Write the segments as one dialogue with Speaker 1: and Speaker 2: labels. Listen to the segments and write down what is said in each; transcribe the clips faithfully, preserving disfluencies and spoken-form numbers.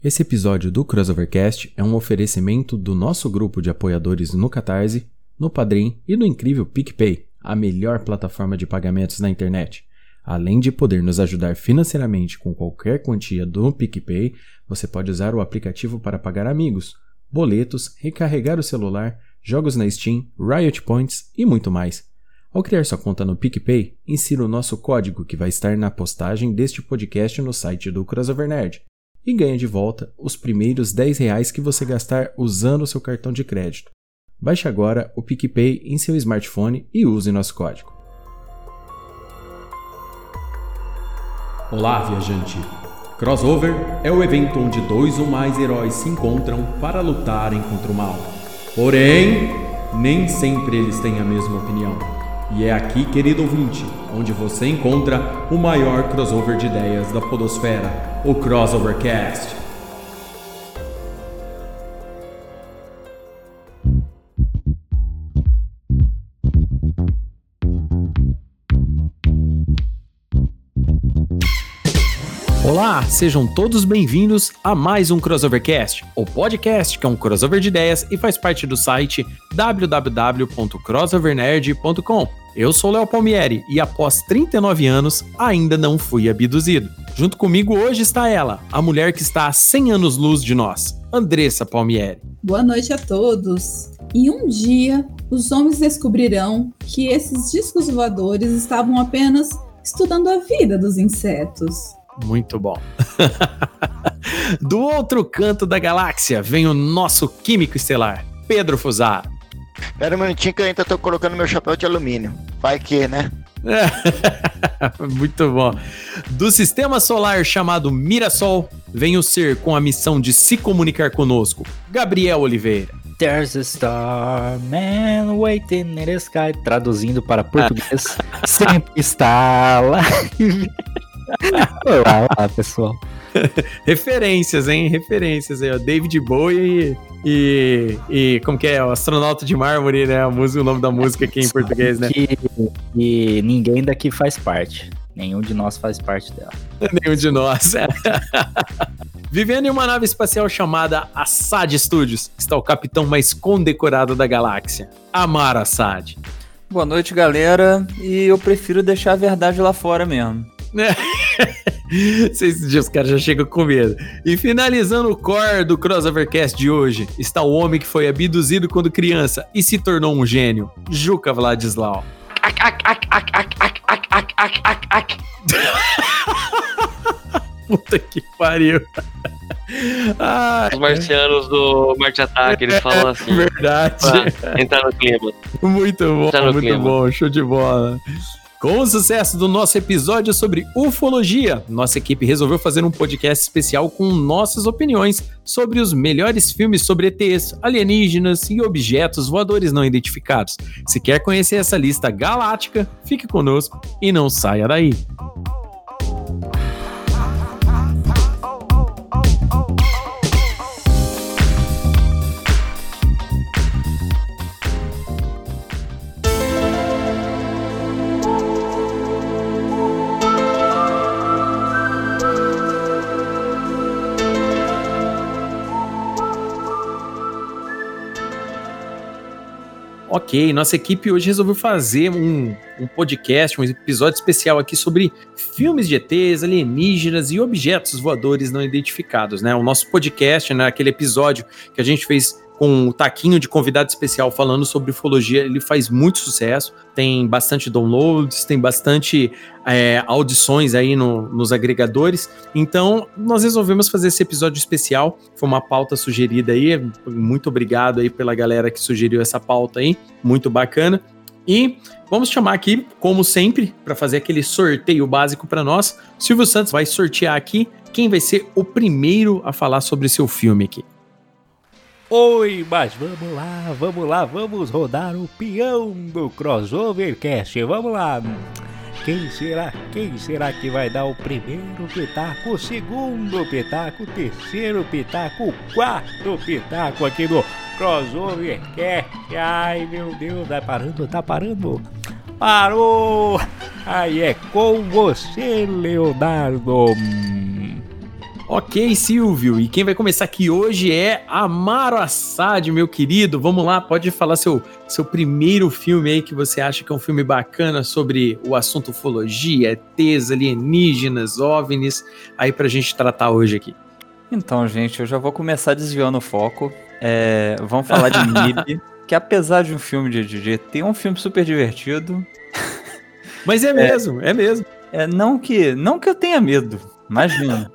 Speaker 1: Esse episódio do Crossovercast é um oferecimento do nosso grupo de apoiadores no Catarse, no Padrim e no incrível PicPay, a melhor plataforma de pagamentos na internet. Além de poder nos ajudar financeiramente com qualquer quantia do PicPay, você pode usar o aplicativo para pagar amigos, boletos, recarregar o celular, jogos na Steam, Riot Points e muito mais. Ao criar sua conta no PicPay, insira o nosso código que vai estar na postagem deste podcast no site do Crossover Nerd e ganhe de volta os primeiros dez reais que você gastar usando o seu cartão de crédito. Baixe agora o PicPay em seu smartphone e use nosso código. Olá, viajante! Crossover é o evento onde dois ou mais heróis se encontram para lutarem contra o mal. Porém, nem sempre eles têm a mesma opinião. E é aqui, querido ouvinte, onde você encontra o maior crossover de ideias da podosfera, o Crossovercast. Olá, sejam todos bem-vindos a mais um Crossovercast, o podcast que é um crossover de ideias e faz parte do site w w w ponto crossover nerd ponto com. Eu sou Léo Palmieri e após trinta e nove anos ainda não fui abduzido. Junto comigo hoje está ela, a mulher que está a cem anos-luz de nós, Andressa Palmieri.
Speaker 2: Boa noite a todos. E um dia os homens descobrirão que esses discos voadores estavam apenas estudando a vida dos insetos.
Speaker 1: Muito bom. Do outro canto da galáxia vem o nosso químico estelar, Pedro Fusaro.
Speaker 3: Espera um minutinho que eu ainda tô colocando meu chapéu de alumínio. Vai que, né?
Speaker 1: Muito bom. Do sistema solar chamado Mirassol, vem o ser com a missão de se comunicar conosco, Gabriel Oliveira.
Speaker 4: There's a star man waiting in the sky. Traduzindo para português, sempre está lá. Olá, olá, pessoal.
Speaker 1: Referências, hein? Referências aí, ó. David Bowie e, e como que é? O Astronauta de Mármore, né? A música, o nome da música aqui em português, né?
Speaker 4: Que, e ninguém daqui faz parte. Nenhum de nós faz parte dela.
Speaker 1: Nenhum de nós. Vivendo em uma nave espacial chamada Assad Studios, está o capitão mais condecorado da galáxia, Amar Assad.
Speaker 5: Boa noite, galera. E eu prefiro deixar a verdade lá fora mesmo.
Speaker 1: Esses dias os caras já chegam com medo. E finalizando o core do Crossovercast de hoje, está o homem que foi abduzido quando criança e se tornou um gênio, Juca Vladislau. Puta que pariu.
Speaker 6: Ah, os marcianos do Marte Ataque, eles falam assim.
Speaker 1: Verdade.
Speaker 6: Pra entrar no clima.
Speaker 1: Muito bom, muito
Speaker 6: clima.
Speaker 1: bom, show de bola. Com o sucesso do nosso episódio sobre ufologia, nossa equipe resolveu fazer um podcast especial com nossas opiniões sobre os melhores filmes sobre E Tês, alienígenas e objetos voadores não identificados. Se quer conhecer essa lista galáctica, fique conosco e não saia daí. Ok, nossa equipe hoje resolveu fazer um, um podcast, um episódio especial aqui sobre filmes de E Tês, alienígenas e objetos voadores não identificados, né? O nosso podcast, né, aquele episódio que a gente fez com o Taquinho de convidado especial falando sobre ufologia, ele faz muito sucesso, tem bastante downloads, tem bastante é, audições aí no, nos agregadores, então nós resolvemos fazer esse episódio especial, foi uma pauta sugerida aí, muito obrigado aí pela galera que sugeriu essa pauta aí, muito bacana, e vamos chamar aqui, como sempre, para fazer aquele sorteio básico para nós, Silvio Santos vai sortear aqui quem vai ser o primeiro a falar sobre seu filme aqui.
Speaker 7: Oi, mas vamos lá, vamos lá, vamos rodar o peão do Crossovercast, vamos lá. Quem será, quem será que vai dar o primeiro pitaco, o segundo pitaco, o terceiro pitaco, o quarto pitaco aqui do Crossovercast? Ai, meu Deus, tá parando, tá parando. Parou! Aí é com você, Leonardo.
Speaker 1: Ok, Silvio, e quem vai começar aqui hoje é Amaro Assad, meu querido. Vamos lá, pode falar seu, seu primeiro filme aí que você acha que é um filme bacana sobre o assunto ufologia, E Tês, alienígenas, OVNIs, aí pra gente tratar hoje aqui.
Speaker 5: Então, gente, eu já vou começar desviando o foco. É, vamos falar de M I B, que apesar de um filme de D J, tem um filme super divertido.
Speaker 1: Mas é mesmo, é, é mesmo.
Speaker 5: É, não que, não que eu tenha medo, imagina.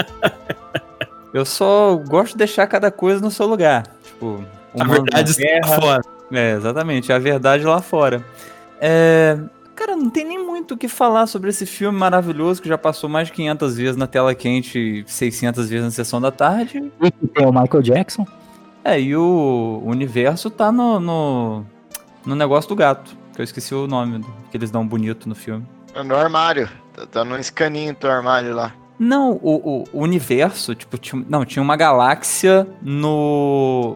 Speaker 5: Eu só gosto de deixar cada coisa no seu lugar. Tipo,
Speaker 1: a verdade está lá fora.
Speaker 5: É, exatamente, a verdade lá fora. É, cara, não tem nem muito o que falar sobre esse filme maravilhoso que já passou mais de quinhentas vezes na tela quente e seiscentas vezes na sessão da tarde.
Speaker 4: E tem o Michael Jackson.
Speaker 5: É, e o universo tá no, no, no negócio do gato, que eu esqueci o nome que eles dão bonito no filme.
Speaker 3: No armário, tá, tá no escaninho do armário lá.
Speaker 5: Não, o, o, o universo, tipo, tinha, não, tinha uma galáxia no,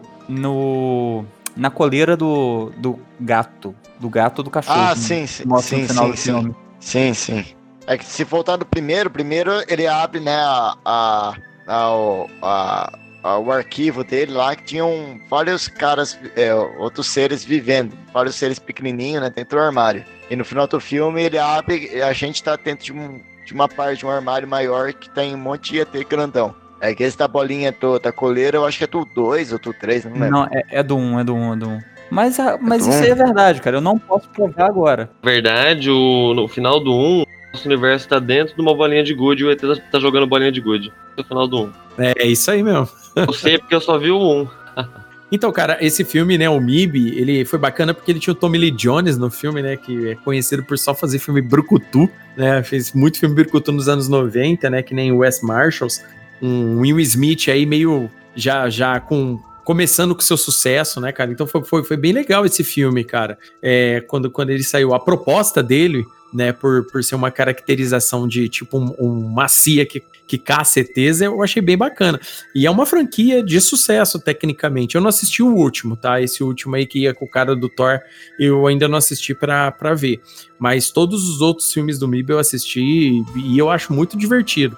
Speaker 5: no, na coleira do, do gato, do gato ou do cachorro.
Speaker 3: Ah, sim, sim,
Speaker 5: mostra
Speaker 3: sim,
Speaker 5: no final
Speaker 3: sim,
Speaker 5: do
Speaker 3: sim,
Speaker 5: filme.
Speaker 3: sim, sim. É que se voltar do primeiro, primeiro ele abre, né, a, a, a, o, a, a, o arquivo dele lá, que tinham vários caras, é, outros seres vivendo, vários seres pequenininhos, né, dentro do armário. E no final do filme ele abre e a gente tá dentro de um... de uma parte de um armário maior que tem um monte de E T grandão. É que esse da bolinha toda, a coleira, eu acho que é do dois ou do três, não lembro.
Speaker 5: Não, é, é do um, é do um, é do um. Mas, a, mas
Speaker 3: É
Speaker 5: isso
Speaker 3: um?
Speaker 5: aí é verdade, cara, eu não posso provar agora.
Speaker 6: Na verdade, o, no final do um, nosso universo tá dentro de uma bolinha de gude e o E T tá, tá jogando bolinha de gude. No final do um.
Speaker 1: É isso aí mesmo.
Speaker 6: Eu sei porque eu só vi o um.
Speaker 1: Então, cara, esse filme, né, o M I B, ele foi bacana porque ele tinha o Tommy Lee Jones no filme, né, que é conhecido por só fazer filme brucutu, né, fez muito filme brucutu nos anos noventa, né, que nem o Wes Marshalls, um Will Smith aí meio já, já com... começando com seu sucesso, né, cara? Então foi, foi, foi bem legal esse filme, cara. É, quando, quando ele saiu, a proposta dele, né, por, por ser uma caracterização de tipo um, um macia que, que caça E Tês, eu achei bem bacana. E é uma franquia de sucesso, tecnicamente. Eu não assisti o último, tá? Esse último aí que ia com o cara do Thor, eu ainda não assisti pra, pra ver. Mas todos os outros filmes do M I B eu assisti e eu acho muito divertido.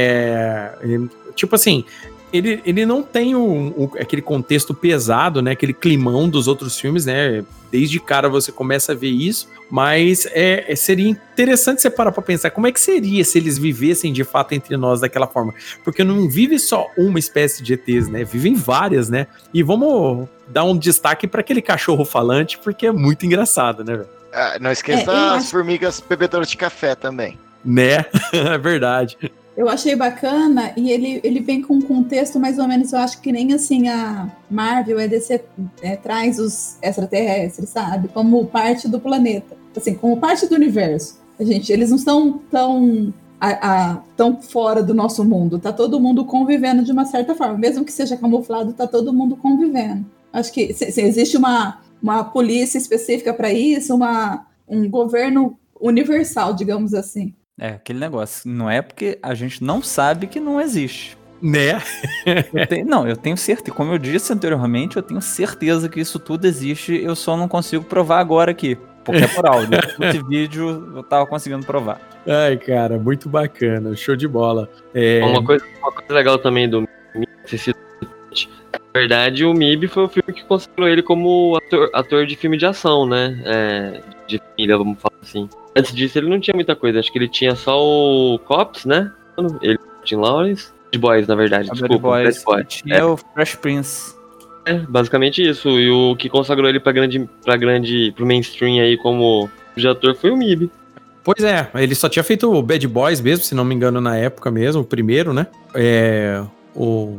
Speaker 1: É, tipo assim... Ele, ele não tem o, o, aquele contexto pesado, né? Aquele climão dos outros filmes, né? Desde cara você começa a ver isso, mas é, é, seria interessante você parar pra pensar como é que seria se eles vivessem de fato entre nós daquela forma. Porque não vive só uma espécie de E Tês, né? Vivem várias, né? E vamos dar um destaque para aquele cachorro falante, porque é muito engraçado, né, velho?
Speaker 3: Ah, não esqueça
Speaker 2: É, eu
Speaker 3: as
Speaker 2: acho-
Speaker 3: formigas bebedoras de café também.
Speaker 1: Né? É verdade.
Speaker 2: Eu achei bacana e ele, ele vem com um contexto mais ou menos, eu acho que nem assim a Marvel, a D C é, traz os extraterrestres, sabe? Como parte do planeta, assim, como parte do universo. A gente, eles não estão tão, a, a, tão fora do nosso mundo, tá todo mundo convivendo de uma certa forma, mesmo que seja camuflado, tá todo mundo convivendo. Acho que se, se existe uma, uma polícia específica para isso, uma, um governo universal, digamos assim.
Speaker 5: É, aquele negócio, não é porque a gente não sabe que não existe.
Speaker 1: Né?
Speaker 5: Eu tenho, não, eu tenho certeza, como eu disse anteriormente, eu tenho certeza que isso tudo existe, eu só não consigo provar agora aqui, porque é por áudio. Esse vídeo eu tava conseguindo provar.
Speaker 1: Ai, cara, muito bacana, show de bola. É...
Speaker 6: Uma, coisa, uma coisa legal também do M I B, na verdade, o M I B foi o filme que consagrou ele como ator, ator de filme de ação, né? É, de família, vamos falar assim. Antes disso, ele não tinha muita coisa. Acho que ele tinha só o Cops, né? Ele tinha Lawrence. Bad Boys, na verdade.
Speaker 5: A
Speaker 6: Desculpa,
Speaker 5: Bad Boys,
Speaker 6: Bad Boys.
Speaker 5: tinha
Speaker 6: É,
Speaker 5: o Fresh Prince.
Speaker 6: é, basicamente isso. E o que consagrou ele pra grande, pra grande, pro mainstream aí como de ator foi o M I B.
Speaker 1: Pois é, ele só tinha feito o Bad Boys mesmo, se não me engano, na época mesmo, o primeiro, né? É, o,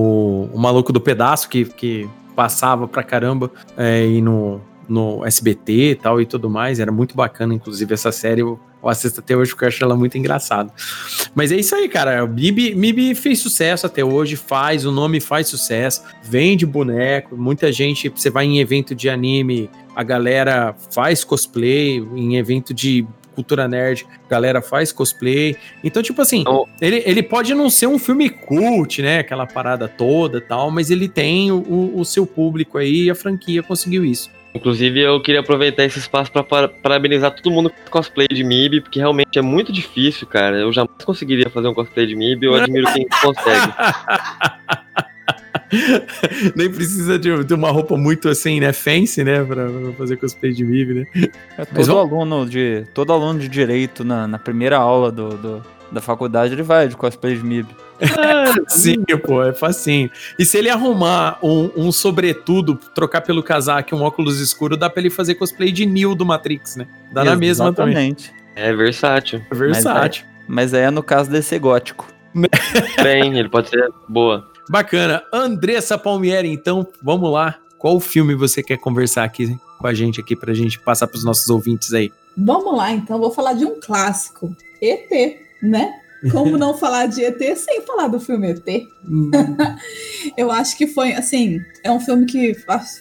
Speaker 1: o, o maluco do pedaço que, que passava pra caramba é, e no... no S B T e tal e tudo mais, era muito bacana, inclusive essa série eu, eu assisto até hoje porque eu acho ela muito engraçada. Mas é isso aí, cara, o M I B, M I B fez sucesso até hoje, faz, o nome faz sucesso, vende boneco, muita gente, você vai em evento de anime, a galera faz cosplay, em evento de cultura nerd, a galera faz cosplay, então tipo assim,
Speaker 6: Oh.
Speaker 1: ele, ele pode não ser um filme cult, né, aquela parada toda e tal, mas ele tem o, o, o seu público aí e a franquia conseguiu isso.
Speaker 6: Inclusive, eu queria aproveitar esse espaço pra para- parabenizar todo mundo com cosplay de M I B, porque realmente é muito difícil, cara. Eu jamais conseguiria fazer um cosplay de M I B, eu admiro quem consegue.
Speaker 1: Nem precisa de, de uma roupa muito assim, né? Fancy, né? Pra, pra fazer cosplay de M I B, né?
Speaker 5: É,
Speaker 1: Mas
Speaker 5: todo,
Speaker 1: vamos-
Speaker 5: aluno de, todo aluno de direito na, na primeira aula do, do- da faculdade, ele vai de cosplay de M I B.
Speaker 1: Sim, pô, é facinho. E se ele arrumar um, um sobretudo, trocar pelo casaco e um óculos escuro, dá pra ele fazer cosplay de Neo do Matrix, né? Dá na mesma também.
Speaker 5: Exatamente.
Speaker 6: É versátil.
Speaker 1: É versátil.
Speaker 5: Mas aí é no caso desse gótico.
Speaker 6: Bem, ele pode ser boa.
Speaker 1: Bacana. Andressa Palmieri, então, vamos lá. Qual filme você quer conversar aqui com a gente aqui pra gente passar pros nossos ouvintes aí?
Speaker 2: Vamos lá, então, vou falar de um clássico, E T, né? Como não falar de E T sem falar do filme E T? Eu acho que foi, assim, é um filme que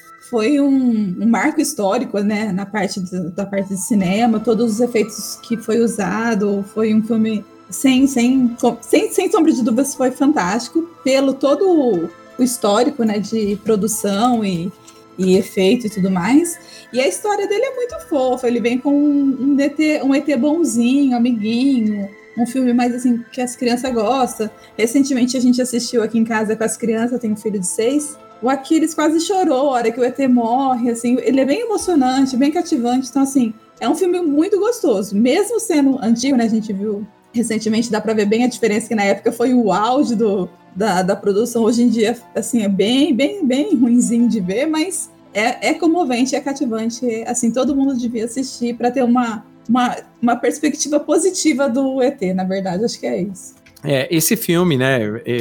Speaker 2: foi um, um marco histórico, né, na parte de, da parte de cinema, todos os efeitos que foi usado, foi um filme sem, sem, sem, sem sombra de dúvidas, foi fantástico, pelo todo o histórico, né, de produção e, e efeito e tudo mais. E a história dele é muito fofa, ele vem com um, um, E T, um E T bonzinho, amiguinho, um filme mais assim que as crianças gostam. Recentemente a gente assistiu aqui em casa com as crianças, eu tenho um filho de seis. O Aquiles quase chorou a hora que o E T morre, assim, ele é bem emocionante, bem cativante. Então, assim, é um filme muito gostoso. Mesmo sendo antigo, né? A gente viu recentemente, dá pra ver bem a diferença, que na época foi o auge do, da, da produção. Hoje em dia, assim, é bem, bem, bem ruinzinho de ver, mas é, é comovente, é cativante. Assim, todo mundo devia assistir para ter uma, uma, uma perspectiva positiva do E T, na verdade, acho que é isso.
Speaker 1: É, esse filme, né,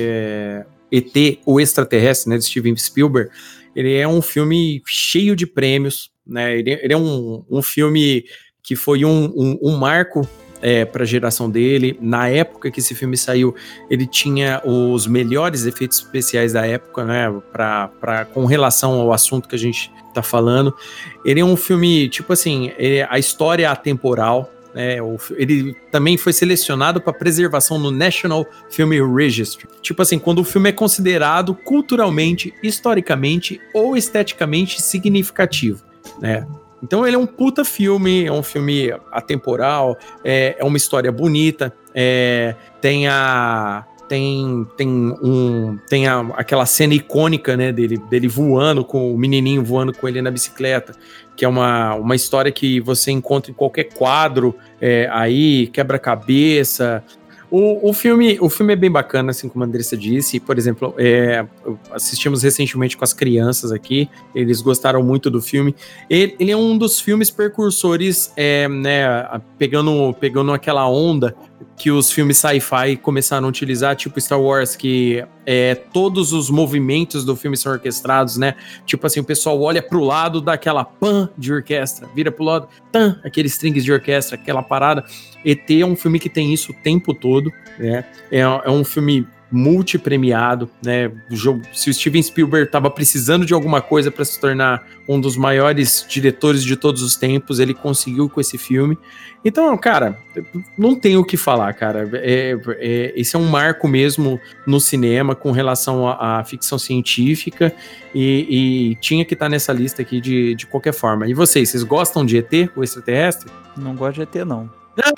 Speaker 1: é, E T, o Extraterrestre, né, de Steven Spielberg, ele é um filme cheio de prêmios, né, ele, ele é um, um filme que foi um, um, um marco é, para a geração dele. Na época que esse filme saiu, ele tinha os melhores efeitos especiais da época, né, pra, pra, com relação ao assunto que a gente tá falando. Ele é um filme, tipo assim, é, a história é atemporal. É, o, ele também foi selecionado para preservação no National Film Registry. Tipo assim, quando o filme é considerado culturalmente, historicamente ou esteticamente significativo, né? Então ele é um puta filme, é um filme atemporal, é, é uma história bonita, é, tem a... Tem, tem, um, tem a, aquela cena icônica, né, dele, dele voando, com o menininho voando com ele na bicicleta, que é uma, uma história que você encontra em qualquer quadro, é, aí, quebra-cabeça. O, o, filme, o filme é bem bacana, assim como a Andressa disse. Por exemplo, é, assistimos recentemente com as crianças aqui, eles gostaram muito do filme. Ele, ele é um dos filmes precursores, é, né, pegando, pegando aquela onda que os filmes sci-fi começaram a utilizar, tipo Star Wars, que é, todos os movimentos do filme são orquestrados, né? Tipo assim, o pessoal olha pro lado, dá aquela pan de orquestra, vira pro lado, tan, aqueles strings de orquestra, aquela parada. E T é um filme que tem isso o tempo todo, né? É, é um filme multipremiado, né? O jogo, se o Steven Spielberg estava precisando de alguma coisa para se tornar um dos maiores diretores de todos os tempos, ele conseguiu com esse filme. Então, cara, não tem o que falar, cara. É, é, esse é um marco mesmo no cinema com relação à, à ficção científica e, e tinha que estar nessa lista aqui de, de qualquer forma. E vocês, vocês gostam de E T, o Extraterrestre?
Speaker 5: Não gosto de E T, não.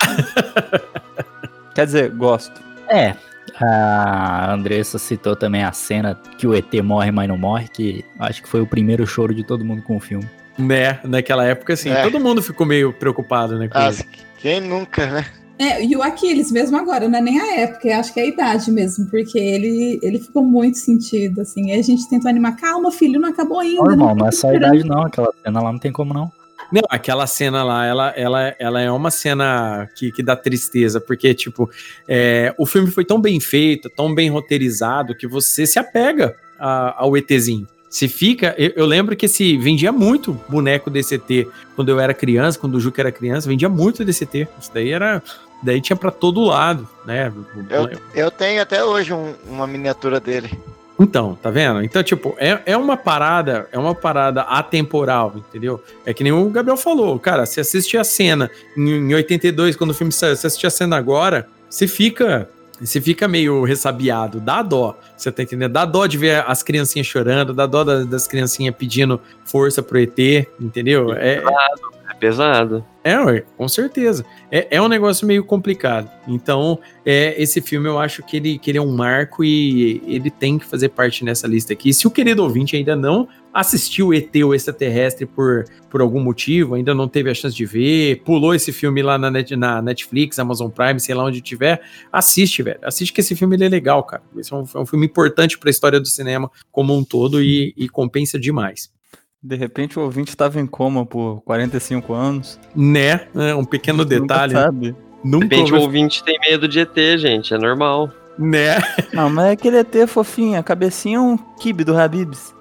Speaker 5: Quer dizer, gosto.
Speaker 4: É, a Andressa citou também a cena que o E T morre, mas não morre, que acho que foi o primeiro choro de todo mundo com o filme.
Speaker 1: Né, naquela época, assim,
Speaker 3: É.
Speaker 1: todo mundo ficou meio preocupado, né, com
Speaker 3: Ah,
Speaker 1: ele.
Speaker 3: quem nunca, né?
Speaker 2: É, e o Aquiles, mesmo agora, não é nem a época, eu acho que é a idade mesmo, porque ele, ele ficou muito sentido, assim, aí a gente tentou animar, calma, filho, não acabou ainda.
Speaker 4: Normal, não é só a
Speaker 2: esperando.
Speaker 4: idade não, aquela cena lá não tem como não.
Speaker 1: Não, aquela cena lá, ela, ela, ela é uma cena que, que dá tristeza, porque, tipo, é, o filme foi tão bem feito, tão bem roteirizado, que você se apega a, ao ETzinho. Se fica, eu, eu lembro que esse vendia muito boneco desse E T quando eu era criança, quando o Juca era criança, vendia muito desse E T. Isso daí era, daí tinha pra todo lado, né?
Speaker 3: Eu, eu tenho até hoje um- uma miniatura dele.
Speaker 1: Então, tá vendo? Então, tipo, é, é uma parada, é uma parada atemporal, entendeu? É que nem o Gabriel falou, cara, se assistir a cena em, em oitenta e dois, quando o filme saiu, se assistir a cena agora, você fica você fica meio ressabiado, dá dó, você tá entendendo? Dá dó de ver as criancinhas chorando, dá dó das, das criancinhas pedindo força pro E T, entendeu? É,
Speaker 6: É pesado.
Speaker 1: É, ué, com certeza. É, é um negócio meio complicado. Então, é, esse filme eu acho que ele, que ele é um marco e ele tem que fazer parte nessa lista aqui. Se o querido ouvinte ainda não assistiu E T, o Extraterrestre, por, por algum motivo, ainda não teve a chance de ver, pulou esse filme lá na, net, na Netflix, Amazon Prime, sei lá onde tiver, assiste, velho. Assiste que esse filme ele é legal, cara. Esse é um, é um filme importante para a história do cinema como um todo e, e compensa demais.
Speaker 5: De repente o ouvinte estava em coma por quarenta e cinco anos.
Speaker 1: Né? É um pequeno detalhe.
Speaker 5: Nunca sabe.
Speaker 1: Nunca
Speaker 6: De repente
Speaker 1: ouvi...
Speaker 6: o ouvinte tem medo de E T, gente, é normal.
Speaker 1: Né?
Speaker 5: Não, mas é aquele E T fofinho, a cabecinha é um kibe do Habibs.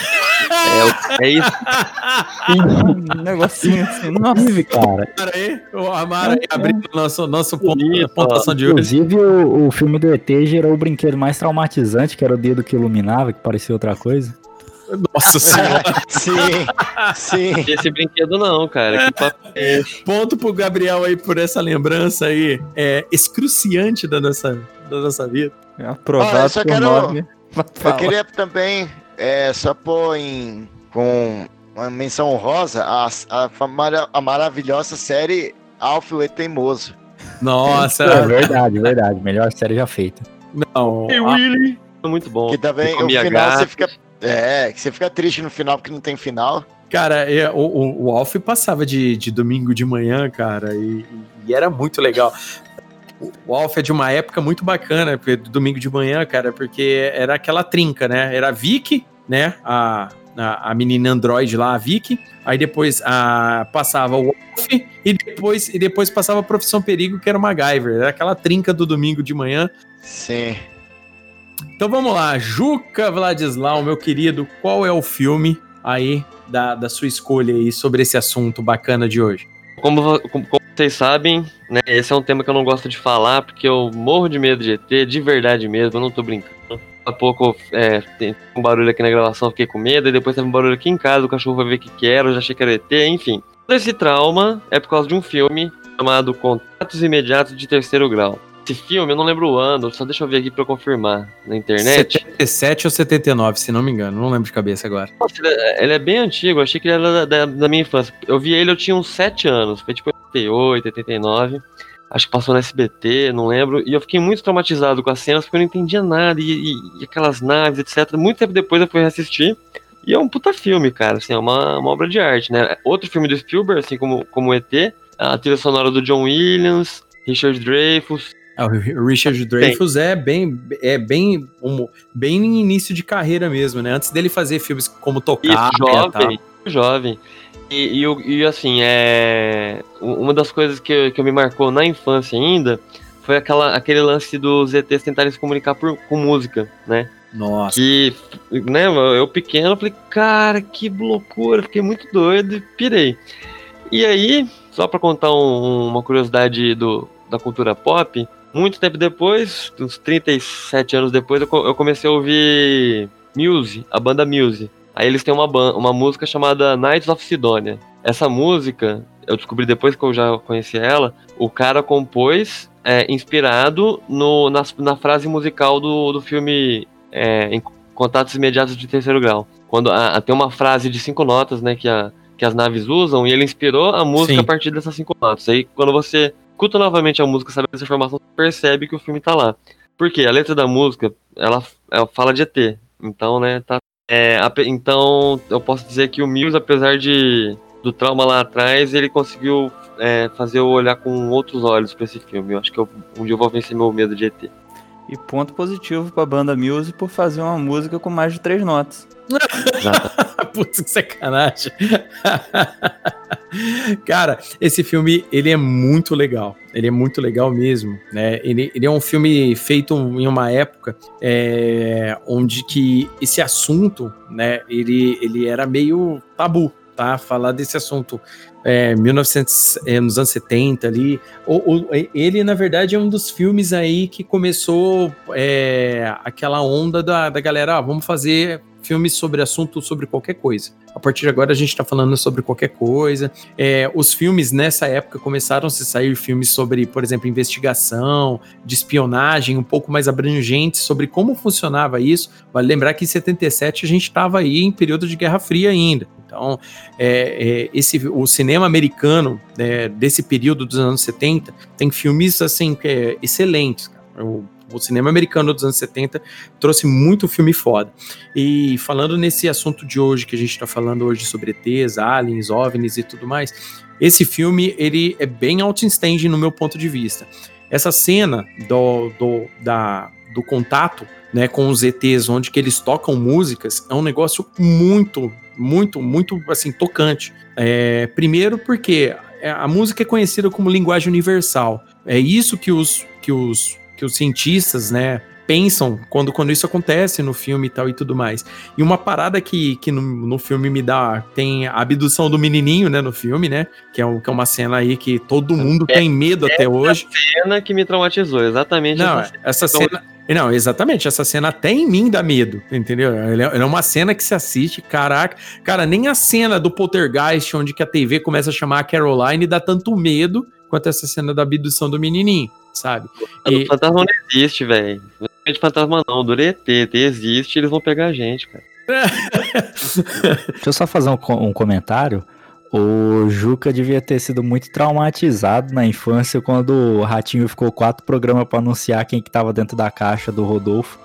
Speaker 6: É, é isso.
Speaker 5: Um negocinho assim, nossa.
Speaker 4: Inclusive, cara.
Speaker 1: Amara aí, o Amara aí abrindo nosso, nosso ponto, a pontuação de hoje.
Speaker 4: Inclusive, o, o filme do E T gerou o brinquedo mais traumatizante, que era o dedo que iluminava, que parecia outra coisa.
Speaker 1: Nossa senhora.
Speaker 3: Sim, sim.
Speaker 6: Esse brinquedo não, cara. Que papo é esse?
Speaker 1: Ponto pro Gabriel aí por essa lembrança aí, é excruciante da nossa, da nossa vida.
Speaker 5: É aprovado
Speaker 3: Ó, eu só
Speaker 5: por
Speaker 3: quero-
Speaker 5: nome.
Speaker 3: Eu
Speaker 5: Fala.
Speaker 3: queria também é, só pôr em, com uma menção honrosa a, a, a, mara- a maravilhosa série Alf, o E Teimoso.
Speaker 1: Nossa,
Speaker 4: É verdade, verdade. Melhor série já feita.
Speaker 1: não.
Speaker 6: Hey,
Speaker 1: a-
Speaker 6: Willy. Muito bom.
Speaker 3: Que também,
Speaker 6: Ele
Speaker 3: o
Speaker 6: comia
Speaker 3: final
Speaker 6: gato.
Speaker 3: você fica. É, que você fica triste no final porque não tem final.
Speaker 1: Cara, é, o, o, o Alf passava de, de domingo de manhã, cara, e, e era muito legal. O, o Alf é de uma época muito bacana, porque do domingo de manhã, cara, porque era aquela trinca, né? Era a Vicky, né? A, a, a menina androide lá, a Vicky. Aí depois a, passava o Alf e depois, e depois passava a Profissão Perigo, que era o MacGyver. Era aquela trinca do domingo de manhã.
Speaker 3: Sim.
Speaker 1: Então vamos lá, Juca Vladislau, meu querido, qual é o filme aí da, da sua escolha aí sobre esse assunto bacana de hoje?
Speaker 6: Como, vo- como- como vocês sabem, né, esse é um tema que eu não gosto de falar, porque eu morro de medo de E T, de verdade mesmo, eu não tô brincando. Há pouco é, tem um barulho aqui na gravação, eu fiquei com medo, e depois teve um barulho aqui em casa, o cachorro vai ver o que que era, eu já achei que era E T, enfim. Todo esse trauma é por causa de um filme chamado Contatos Imediatos de Terceiro Grau. Esse filme, eu não lembro o ano, só deixa eu ver aqui pra eu confirmar na internet.
Speaker 1: setenta e sete ou setenta e nove, se não me engano, não lembro de cabeça agora.
Speaker 6: Nossa, ele é, ele é bem antigo, eu achei que ele era da, da- da minha infância. Eu vi ele, eu tinha uns sete anos, foi tipo oitenta e oito, oitenta e nove. Acho que passou no S B T, não lembro. E eu fiquei muito traumatizado com as cenas, porque eu não entendia nada, e, e- e aquelas naves, etcétera. Muito tempo depois eu fui reassistir. E é um puta filme, cara, assim, é uma, uma obra de arte, né? Outro filme do Spielberg, assim como, como o E T, a trilha sonora do John Williams, Richard Dreyfuss.
Speaker 1: Ah, o Richard Dreyfuss é bem, é bem, um, bem no início de carreira mesmo, né? Antes dele fazer filmes como Tocar
Speaker 6: Isso,
Speaker 1: e tal.
Speaker 6: jovem, jovem. E, e, o- e, assim, é... uma das coisas que, que me marcou na infância ainda foi aquela, aquele lance dos E Tês tentarem se comunicar por, com música, né?
Speaker 1: Nossa.
Speaker 6: Que, né, eu pequeno, falei, cara, que loucura, fiquei muito doido e pirei. E aí, só pra contar um- uma curiosidade do, da cultura pop, muito tempo depois, uns trinta e sete anos depois, eu, co- eu comecei a ouvir Muse, a banda Muse. Aí eles têm uma, ban- uma música chamada Knights of Sidonia. Essa música, eu descobri depois que eu já conhecia ela, o cara compôs é, inspirado no, na, na frase musical do, do filme é, em Contatos Imediatos de Terceiro Grau. Quando a, a- tem uma frase de cinco notas, né, que, a, que as naves usam, e ele inspirou a música
Speaker 1: Sim.
Speaker 6: a partir dessas cinco notas. Aí quando você escuta novamente a música, sabe dessa informação, você percebe que o filme tá lá. Por quê? A letra da música, ela, ela fala de E T. Então, né, tá... É, ape- então, eu posso dizer que o Muse, apesar de do trauma lá atrás, ele conseguiu é, fazer eu olhar com outros olhos pra esse filme. Eu acho que eu, um dia eu vou vencer meu medo de E T.
Speaker 5: E ponto positivo pra banda Muse por fazer uma música com mais de três notas.
Speaker 1: Putz, que sacanagem. Cara, esse filme, ele é muito legal. Ele é muito legal mesmo, né? Ele, ele é um filme feito em uma época é, onde que esse assunto, né? Ele, ele era meio tabu, tá? Falar desse assunto é, mil e novecentos, é, nos anos setenta ali. O, o, ele, na verdade, é um dos filmes aí que começou é, aquela onda da, da galera, ah, vamos fazer filmes sobre assunto, sobre qualquer coisa. A partir de agora a gente tá falando sobre qualquer coisa. É, os filmes nessa época começaram a se sair filmes sobre, por exemplo, investigação, de espionagem, um pouco mais abrangentes sobre como funcionava isso. Vale lembrar que em setenta e sete a gente estava aí em período de Guerra Fria ainda. Então, é, é, esse, o cinema americano é, desse período dos anos setenta tem filmes assim, é, excelentes, cara. O, O cinema americano dos anos setenta trouxe muito filme foda. E falando nesse assunto de hoje, que a gente tá falando hoje sobre E Tês, aliens, OVNIs e tudo mais, esse filme, ele é bem outstanding no meu ponto de vista. Essa cena do, do, da, do contato, né, com os E Tês, onde que eles tocam músicas, é um negócio muito, muito, muito, assim, tocante. É, primeiro porque a música é conhecida como linguagem universal. É isso que os... Que os que os cientistas, né, pensam quando, quando isso acontece no filme e tal e tudo mais. E uma parada que, que no, no filme me dá, tem a abdução do menininho, né, no filme, né, que é, um, que é uma cena aí que todo mundo é, tem medo é até hoje.
Speaker 6: Essa cena que me traumatizou, exatamente.
Speaker 1: Não,
Speaker 6: essa,
Speaker 1: essa cena... cena... Não, exatamente, essa cena até em mim dá medo, entendeu? Ela é uma cena que se assiste, caraca, cara, nem a cena do Poltergeist, onde que a T V começa a chamar a Caroline, dá tanto medo quanto essa cena da abdução do menininho, sabe?
Speaker 6: E... O fantasma não existe, velho. Não é de fantasma não, do E T, E T existe, eles vão pegar a gente, cara.
Speaker 4: Deixa eu só fazer um, um comentário. O Juca devia ter sido muito traumatizado na infância quando o Ratinho ficou quatro programas pra anunciar quem que tava dentro da caixa do Rodolfo.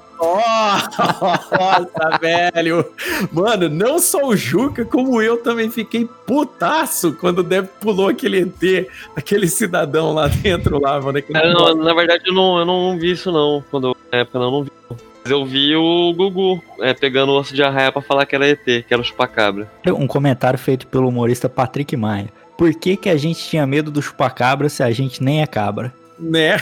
Speaker 1: Nossa, velho! Mano, não só o Juca, como eu também fiquei putaço quando o Deb pulou aquele E T, aquele cidadão lá dentro, lá, mano.
Speaker 6: É, não, na verdade, eu não, eu não vi isso, não. Quando, na época, eu não vi. Mas eu vi o Gugu é, pegando o osso de arraia pra falar que era E T, que era o chupacabra.
Speaker 4: Um comentário feito pelo humorista Patrick Maia. Por que que a gente tinha medo do chupacabra se a gente nem é cabra?
Speaker 1: Né?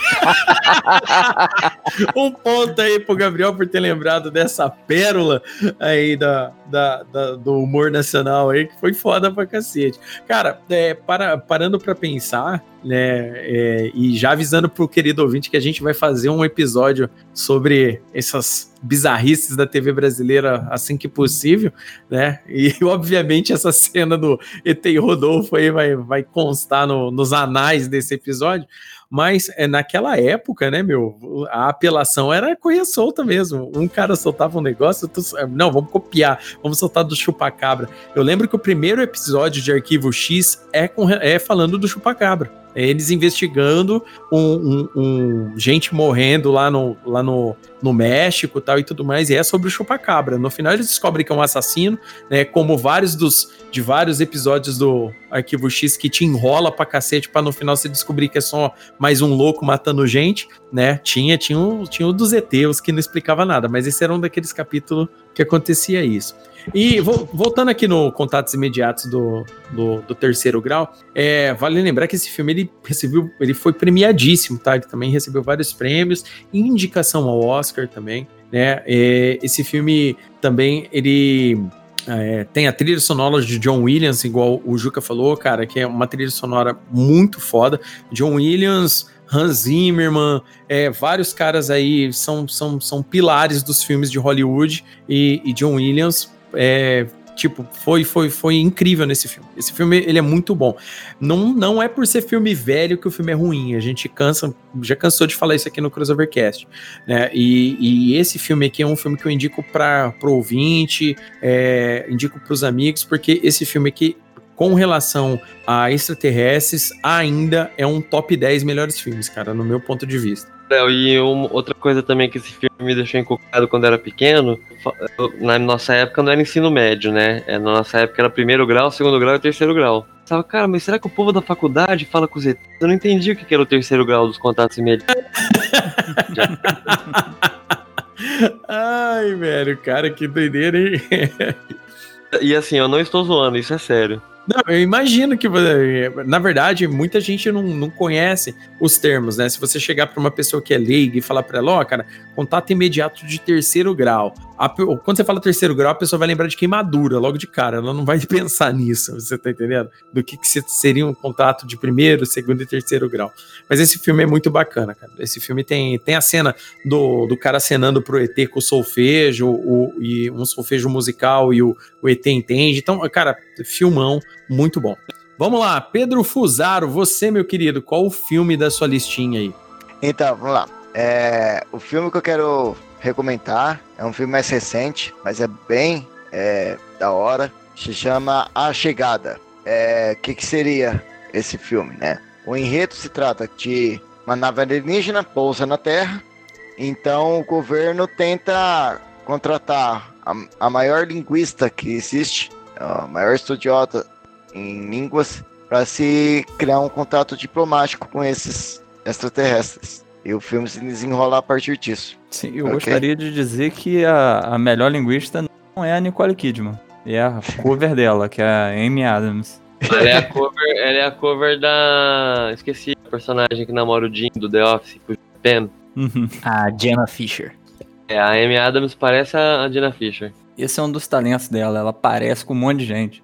Speaker 1: Um ponto aí pro Gabriel por ter lembrado dessa pérola aí da, da, da, do humor nacional aí, que foi foda pra cacete. Cara, é, para, parando pra pensar, né, é, e já avisando pro querido ouvinte que a gente vai fazer um episódio sobre essas bizarrices da T V brasileira assim que possível, né, e obviamente essa cena do E T e Rodolfo aí vai, vai constar no, nos anais desse episódio. Mas é, naquela época, né, meu, a apelação era correr solta mesmo. Um cara soltava um negócio, tu, não, vamos copiar, vamos soltar do chupacabra. Eu lembro que o primeiro episódio de Arquivo X é, com, é falando do chupacabra. É eles investigando um, um, um, gente morrendo lá, no, lá no, no México e tal e tudo mais, e é sobre o chupacabra. No final eles descobrem que é um assassino, né, como vários dos, de vários episódios do Arquivo X que te enrola pra cacete pra no final você descobrir que é só mais um louco matando gente, né, tinha, tinha, o, tinha o dos E T, os que não explicava nada, mas esse era um daqueles capítulos que acontecia isso. E voltando aqui no Contatos Imediatos do, do, do Terceiro Grau, é, vale lembrar que esse filme ele recebeu, ele foi premiadíssimo, tá? Ele também recebeu vários prêmios e indicação ao Oscar também, né? É, esse filme também, ele é, tem a trilha sonora de John Williams, igual o Juca falou, cara, que é uma trilha sonora muito foda. John Williams, Hans Zimmerman, é, vários caras aí são, são, são pilares dos filmes de Hollywood, e, e John Williams é, tipo, foi, foi, foi incrível nesse filme. Esse filme, ele é muito bom. Não, não é por ser filme velho que o filme é ruim, a gente cansa, já cansou de falar isso aqui no Crossovercast, né? E, e esse filme aqui é um filme que eu indico para pro ouvinte, é, indico pros amigos, porque esse filme aqui, com relação a extraterrestres, ainda é um top dez melhores filmes, cara, no meu ponto de vista.
Speaker 6: E uma, outra coisa também que esse filme me deixou encucado quando eu era pequeno, na nossa época não era ensino médio, né? Na nossa época era primeiro grau, segundo grau e terceiro grau. Eu pensava, cara, mas será que o povo da faculdade fala com os E Tês? Eu não entendi o que era o terceiro grau dos Contatos Imediatos.
Speaker 1: Ai, velho, cara, que doideira, hein?
Speaker 6: E assim, eu não estou zoando, isso é sério.
Speaker 1: Não, eu imagino que, na verdade, muita gente não, não conhece os termos, né? Se você chegar para uma pessoa que é leiga e falar para ela, ó, oh, cara, contato imediato de terceiro grau. a, quando você fala terceiro grau, a pessoa vai lembrar de queimadura logo de cara, ela não vai pensar nisso, você tá entendendo? Do que, que seria um contato de primeiro, segundo e terceiro grau. Mas esse filme é muito bacana, cara. Esse filme tem, tem a cena do, do cara acenando pro E T com o solfejo, o, e um solfejo musical e o, o E T entende. Então, cara, filmão muito bom. Vamos lá, Pedro Fusaro, você, meu querido, qual o filme da sua listinha aí?
Speaker 3: Então, vamos lá. É, o filme que eu quero recomendar é um filme mais recente, mas é bem é, da hora. Se chama A Chegada. É, que que seria esse filme, né? O enredo se trata de uma nave alienígena pousa na Terra. Então o governo tenta contratar a, a maior linguista que existe, a maior estudiosa em línguas, para se criar um contato diplomático com esses extraterrestres. E o filme se desenrola a partir disso.
Speaker 5: Sim, eu
Speaker 3: Okay?
Speaker 5: gostaria de dizer que a, a melhor linguista não é a Nicole Kidman. É a cover dela, que é a Amy Adams.
Speaker 6: Ela é a cover, ela é a cover da... Esqueci a personagem que namora o Jim do The Office, o Pam.
Speaker 5: Uhum.
Speaker 4: A Jenna Fischer.
Speaker 6: É, a Amy Adams parece a Jenna Fischer.
Speaker 5: Esse é um dos talentos dela, ela parece com um monte de gente.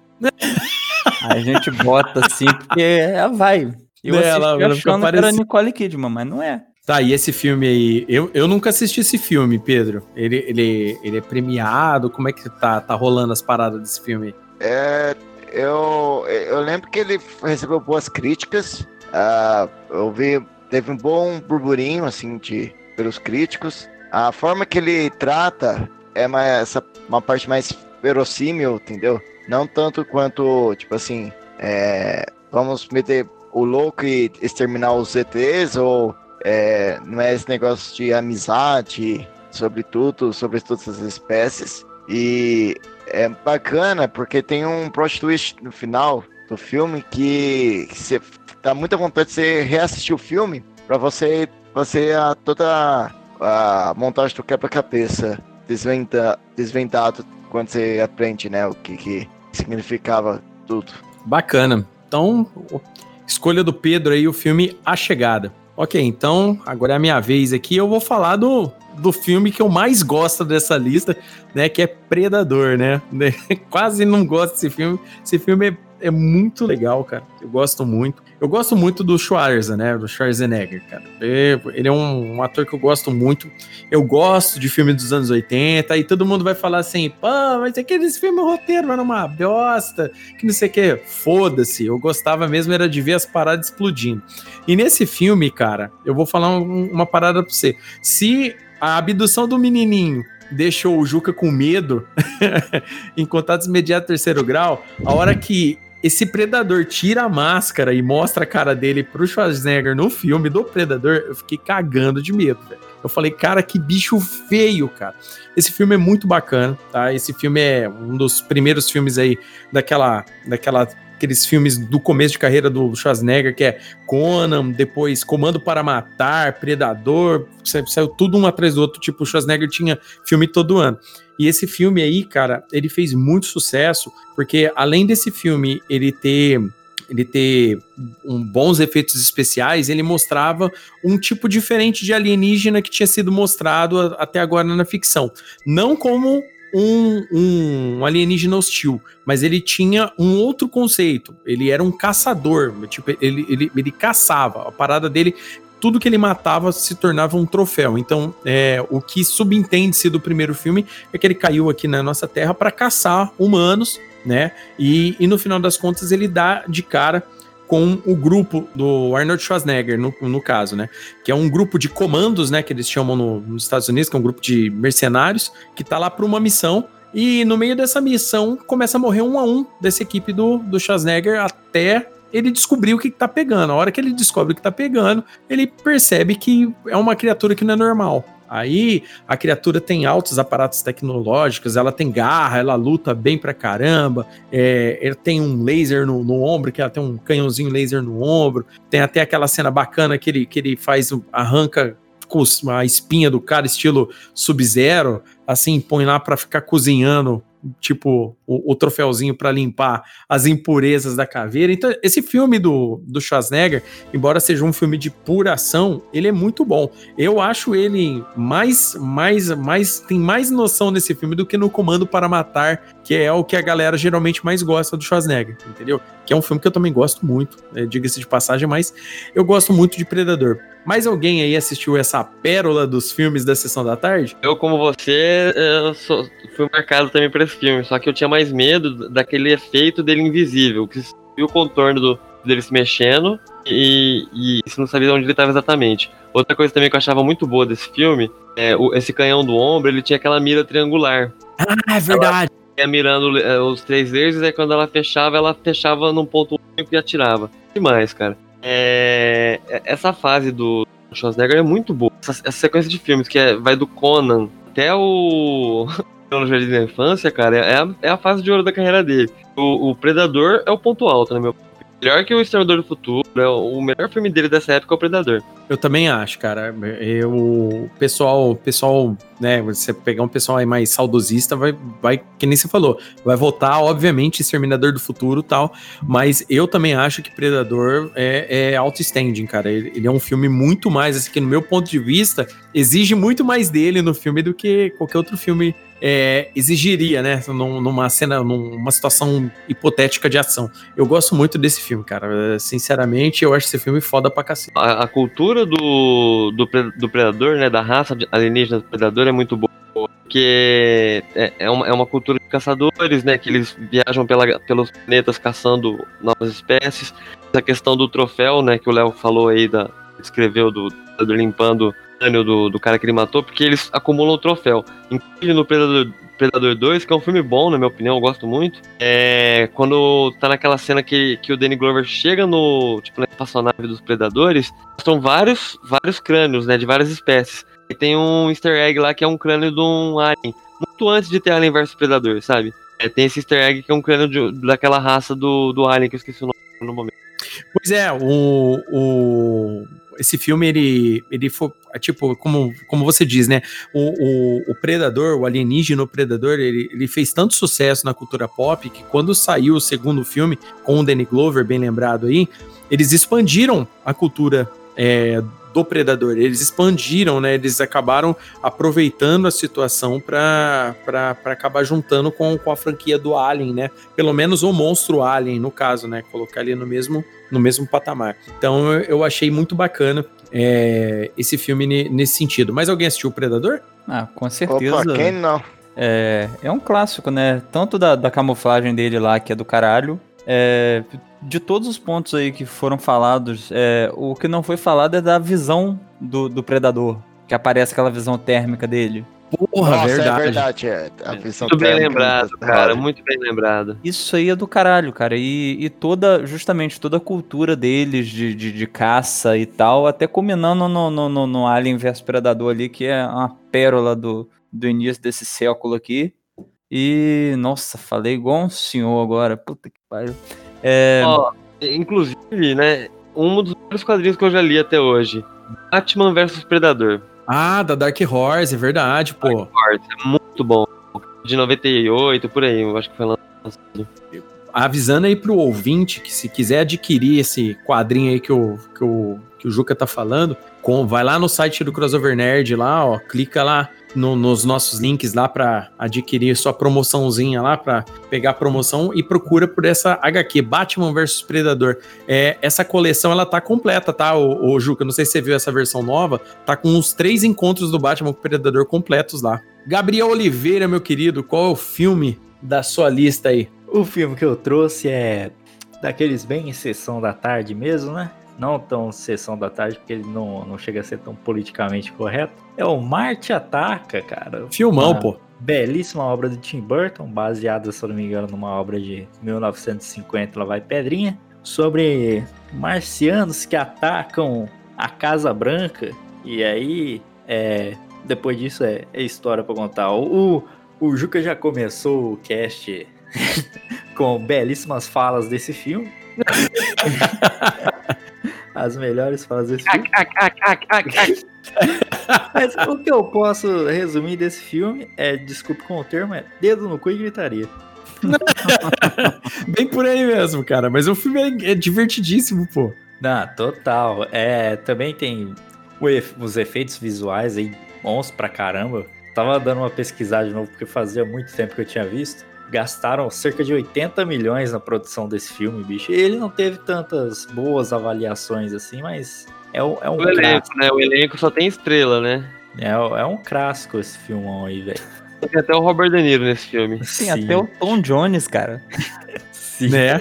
Speaker 5: A gente bota assim, porque ela vai. Eu
Speaker 1: É,
Speaker 5: assisti
Speaker 1: ela- ela fica
Speaker 5: achando que era
Speaker 1: pareci-
Speaker 5: Nicole Kidman, mas não é.
Speaker 1: Tá, e esse filme aí, eu, eu nunca assisti esse filme, Pedro. Ele, ele, ele é premiado? Como é que tá, tá rolando as paradas desse filme?
Speaker 3: É, eu, eu lembro que ele recebeu boas críticas. Ah, eu vi, teve um bom burburinho assim de, pelos críticos. A forma que ele trata é mais, essa, uma parte mais verossímil, entendeu? Não tanto quanto, tipo assim, é, vamos meter o louco e exterminar os E Tês, ou é, não é esse negócio de amizade, sobre tudo, sobre todas as espécies. E é bacana porque tem um plot twist no final do filme que você dá muita vontade de você reassistir o filme para você fazer a, toda a montagem do quebra-cabeça desvenda, desvendado quando você aprende, né, o que, que significava tudo.
Speaker 1: Bacana. Então, escolha do Pedro aí, o filme A Chegada. Ok, então, agora é a minha vez aqui. Eu vou falar do, do filme que eu mais gosto dessa lista, né? Que é Predador, né? Quase não gosto desse filme. Esse filme é, é muito legal, cara. Eu gosto muito. Eu gosto muito do Schwarzenegger, né? Do Schwarzenegger, cara. Ele é um, um ator que eu gosto muito. Eu gosto de filme dos anos oitenta. E todo mundo vai falar assim, pô, mas aquele filme, o roteiro era uma bosta, que não sei o que. Foda-se. Eu gostava mesmo era de ver as paradas explodindo. E nesse filme, cara, eu vou falar um, uma parada pra você. Se a abdução do menininho deixou o Juca com medo em contatos imediatos terceiro grau, a hora que esse Predador tira a máscara e mostra a cara dele pro Schwarzenegger no filme do Predador, eu fiquei cagando de medo, velho. Eu falei, cara, que bicho feio, cara. Esse filme é muito bacana, tá? Esse filme é um dos primeiros filmes aí daquela, daquela, aqueles filmes do começo de carreira do Schwarzenegger, que é Conan, depois Comando para Matar, Predador, saiu tudo um atrás do outro, tipo, o Schwarzenegger tinha filme todo ano. E esse filme aí, cara, ele fez muito sucesso, porque além desse filme ele ter, ele ter um, bons efeitos especiais, ele mostrava um tipo diferente de alienígena que tinha sido mostrado a, até agora na ficção. Não como um, um alienígena hostil, mas ele tinha um outro conceito. Ele era um caçador, tipo, ele, ele, ele caçava. A parada dele... Tudo que ele matava se tornava um troféu. Então, é, o que subentende-se do primeiro filme é que ele caiu aqui na nossa Terra para caçar humanos, né? E, e no final das contas ele dá de cara com o grupo do Arnold Schwarzenegger, no, no caso, né? Que é um grupo de comandos, né? Que eles chamam no, nos Estados Unidos, que é um grupo de mercenários, que tá lá para uma missão. E no meio dessa missão começa a morrer um a um dessa equipe do, do Schwarzenegger até... ele descobriu o que, que tá pegando. A hora que ele descobre o que tá pegando, ele percebe que é uma criatura que não é normal. Aí a criatura tem altos aparatos tecnológicos, ela tem garra, ela luta bem pra caramba, é, ele tem um laser no, no ombro, que ela tem um canhãozinho laser no ombro, tem até aquela cena bacana que ele, que ele faz, arranca com a espinha do cara, estilo Sub-Zero, assim, põe lá pra ficar cozinhando tipo, o, o troféuzinho para limpar as impurezas da caveira. Então, esse filme do, do Schwarzenegger, embora seja um filme de pura ação, ele é muito bom. Eu acho ele mais, mais, mais, tem mais noção nesse filme do que no Comando para Matar, que é o que a galera geralmente mais gosta do Schwarzenegger, entendeu? Que é um filme que eu também gosto muito, né, diga-se de passagem, mas eu gosto muito de Predador. Mais alguém aí assistiu essa pérola dos filmes da Sessão da Tarde?
Speaker 6: Eu, como você, eu sou, fui marcado também por esse filme, só que eu tinha mais medo daquele efeito dele invisível, que você viu o contorno do, dele se mexendo e, e você não sabia onde ele estava exatamente. Outra coisa também que eu achava muito boa desse filme, é o, esse canhão do ombro, ele tinha aquela mira triangular.
Speaker 1: Ah, é verdade.
Speaker 6: Ela ia mirando é, os três lasers, aí quando ela fechava, ela fechava num ponto único e atirava. Demais, cara. É, essa fase do Schwarzenegger é muito boa. Essa, essa sequência de filmes que é, vai do Conan até o no Jardim da Infância, cara, é a, é a fase de ouro da carreira dele. O, o Predador é o ponto alto, na minha opinião. Melhor que o Exterminador do Futuro, é o melhor filme dele dessa época é o Predador.
Speaker 1: Eu também acho, cara. Eu, o pessoal, pessoal, né, você pegar um pessoal aí mais saudosista, vai, vai, que nem você falou, vai votar, obviamente, Exterminador do Futuro e tal, mas eu também acho que Predador é, é outstanding, cara. Ele, ele é um filme muito mais, assim, que no meu ponto de vista, exige muito mais dele no filme do que qualquer outro filme é, exigiria, né, numa cena, numa situação hipotética de ação. Eu gosto muito desse filme, cara. Sinceramente, eu acho esse filme foda pra cacete.
Speaker 6: A, a cultura do, do, do Predador, né, da raça alienígena do Predador é muito boa, porque é, é, uma, é uma cultura de caçadores, né, que eles viajam pela, pelos planetas caçando novas espécies. Essa questão do troféu, né, que o Léo falou aí, da, escreveu do Predador limpando o crânio do, do cara que ele matou, porque eles acumulam o troféu. Inclusive no Predador Predador dois, que é um filme bom, na minha opinião, eu gosto muito. É quando tá naquela cena que, que o Danny Glover chega no, tipo, na espaçonave dos predadores, são vários, vários crânios, né, de várias espécies. E tem um easter egg lá que é um crânio de um alien, muito antes de ter Alien versus Predador, sabe? É, tem esse easter egg que é um crânio de, daquela raça do, do alien, que eu esqueci o nome no momento.
Speaker 1: Pois é, o... o... esse filme, ele, ele foi, tipo, como, como você diz, né, o, o, o Predador, o alienígena, o Predador, ele, ele fez tanto sucesso na cultura pop, que quando saiu o segundo filme, com o Danny Glover, bem lembrado aí, eles expandiram a cultura é, do Predador, eles expandiram, né, eles acabaram aproveitando a situação para acabar juntando com, com a franquia do Alien, né, pelo menos o monstro Alien, no caso, né, colocar ali no mesmo, no mesmo patamar. Então eu, eu achei muito bacana é, esse filme ne, nesse sentido. Mas alguém assistiu o Predador?
Speaker 5: Ah, com certeza.
Speaker 3: Opa, quem não?
Speaker 5: É, é um clássico, né, tanto da, da camuflagem dele lá, que é do caralho, é... de todos os pontos aí que foram falados, é, o que não foi falado é da visão do, do Predador, que aparece aquela visão térmica dele.
Speaker 1: Porra,
Speaker 3: Nossa,
Speaker 1: verdade.
Speaker 3: é verdade. É, a visão
Speaker 6: Muito bem
Speaker 3: térmica,
Speaker 6: lembrado,
Speaker 3: muito
Speaker 6: cara,
Speaker 3: bom.
Speaker 6: muito bem lembrado.
Speaker 5: Isso aí é do caralho, cara, e, e toda, justamente, toda a cultura deles de, de, de caça e tal, até culminando no, no, no, no Alien versus Predador ali, que é uma pérola do, do início desse século aqui. E, nossa, falei igual um senhor agora, puta que pariu. É...
Speaker 6: Ó, inclusive, né, um dos melhores quadrinhos que eu já li até hoje, Batman versus Predador.
Speaker 1: Ah, da Dark Horse, é verdade, pô.
Speaker 6: Dark Horse, é muito bom. De noventa e oito, por aí, eu acho que foi lançado.
Speaker 1: Avisando aí pro ouvinte que se quiser adquirir esse quadrinho aí que o, que o, que o Juca tá falando, com, vai lá no site do Crossover Nerd lá, ó, clica lá no, nos nossos links lá pra adquirir sua promoçãozinha lá, pra pegar a promoção e procura por essa H Q, Batman versus Predador. É, essa coleção, ela tá completa, tá, o, o Juca? Não sei se você viu essa versão nova, tá com os três encontros do Batman com o Predador completos lá. Gabriel Oliveira, meu querido, qual é o filme da sua lista aí?
Speaker 4: O filme que eu trouxe é daqueles bem sessão da tarde mesmo, né? Não tão sessão da tarde, porque ele não, não chega a ser tão politicamente correto. É o Marte Ataca, cara.
Speaker 1: Filmão,
Speaker 4: Uma
Speaker 1: pô.
Speaker 4: Belíssima obra do Tim Burton, baseada, se eu não me engano, numa obra de mil novecentos e cinquenta, Lá Vai Pedrinha, sobre marcianos que atacam a Casa Branca. E aí, é, depois disso, é, é história pra contar. O, o Juca já começou o cast com belíssimas falas desse filme. As melhores falas desse filme. Mas o que eu posso resumir desse filme é, desculpe com o termo, é dedo no cu e gritaria.
Speaker 1: Bem por aí mesmo, cara. Mas o filme é, é divertidíssimo, pô.
Speaker 4: Não, total. É, também tem o efe- os efeitos visuais aí bons pra caramba. Tava dando uma pesquisada de novo, porque fazia muito tempo que eu tinha visto. Gastaram cerca de oitenta milhões na produção desse filme, bicho. E ele não teve tantas boas avaliações assim, mas é, um- é um
Speaker 6: O elenco,
Speaker 4: clássico.
Speaker 6: né? O elenco só tem estrela, né?
Speaker 4: É, é um clássico esse filmão aí, velho.
Speaker 6: Tem até o Robert De Niro nesse filme.
Speaker 5: Tem até o Tom Jones, cara.
Speaker 4: Sim.
Speaker 1: Né?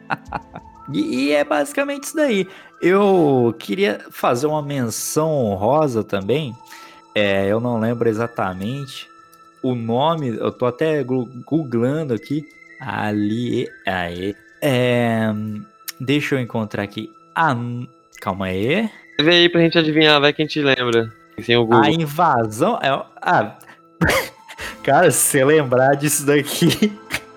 Speaker 4: E, e é basicamente isso daí. Eu queria fazer uma menção honrosa também. É, eu não lembro exatamente o nome. Eu tô até gu- googlando aqui. Ali. Aí. É, deixa eu encontrar aqui. Ah, calma aí.
Speaker 6: Vê aí pra gente adivinhar, vai que a gente lembra. Sem o Google.
Speaker 4: A invasão. É, ah, cara, se você lembrar disso daqui,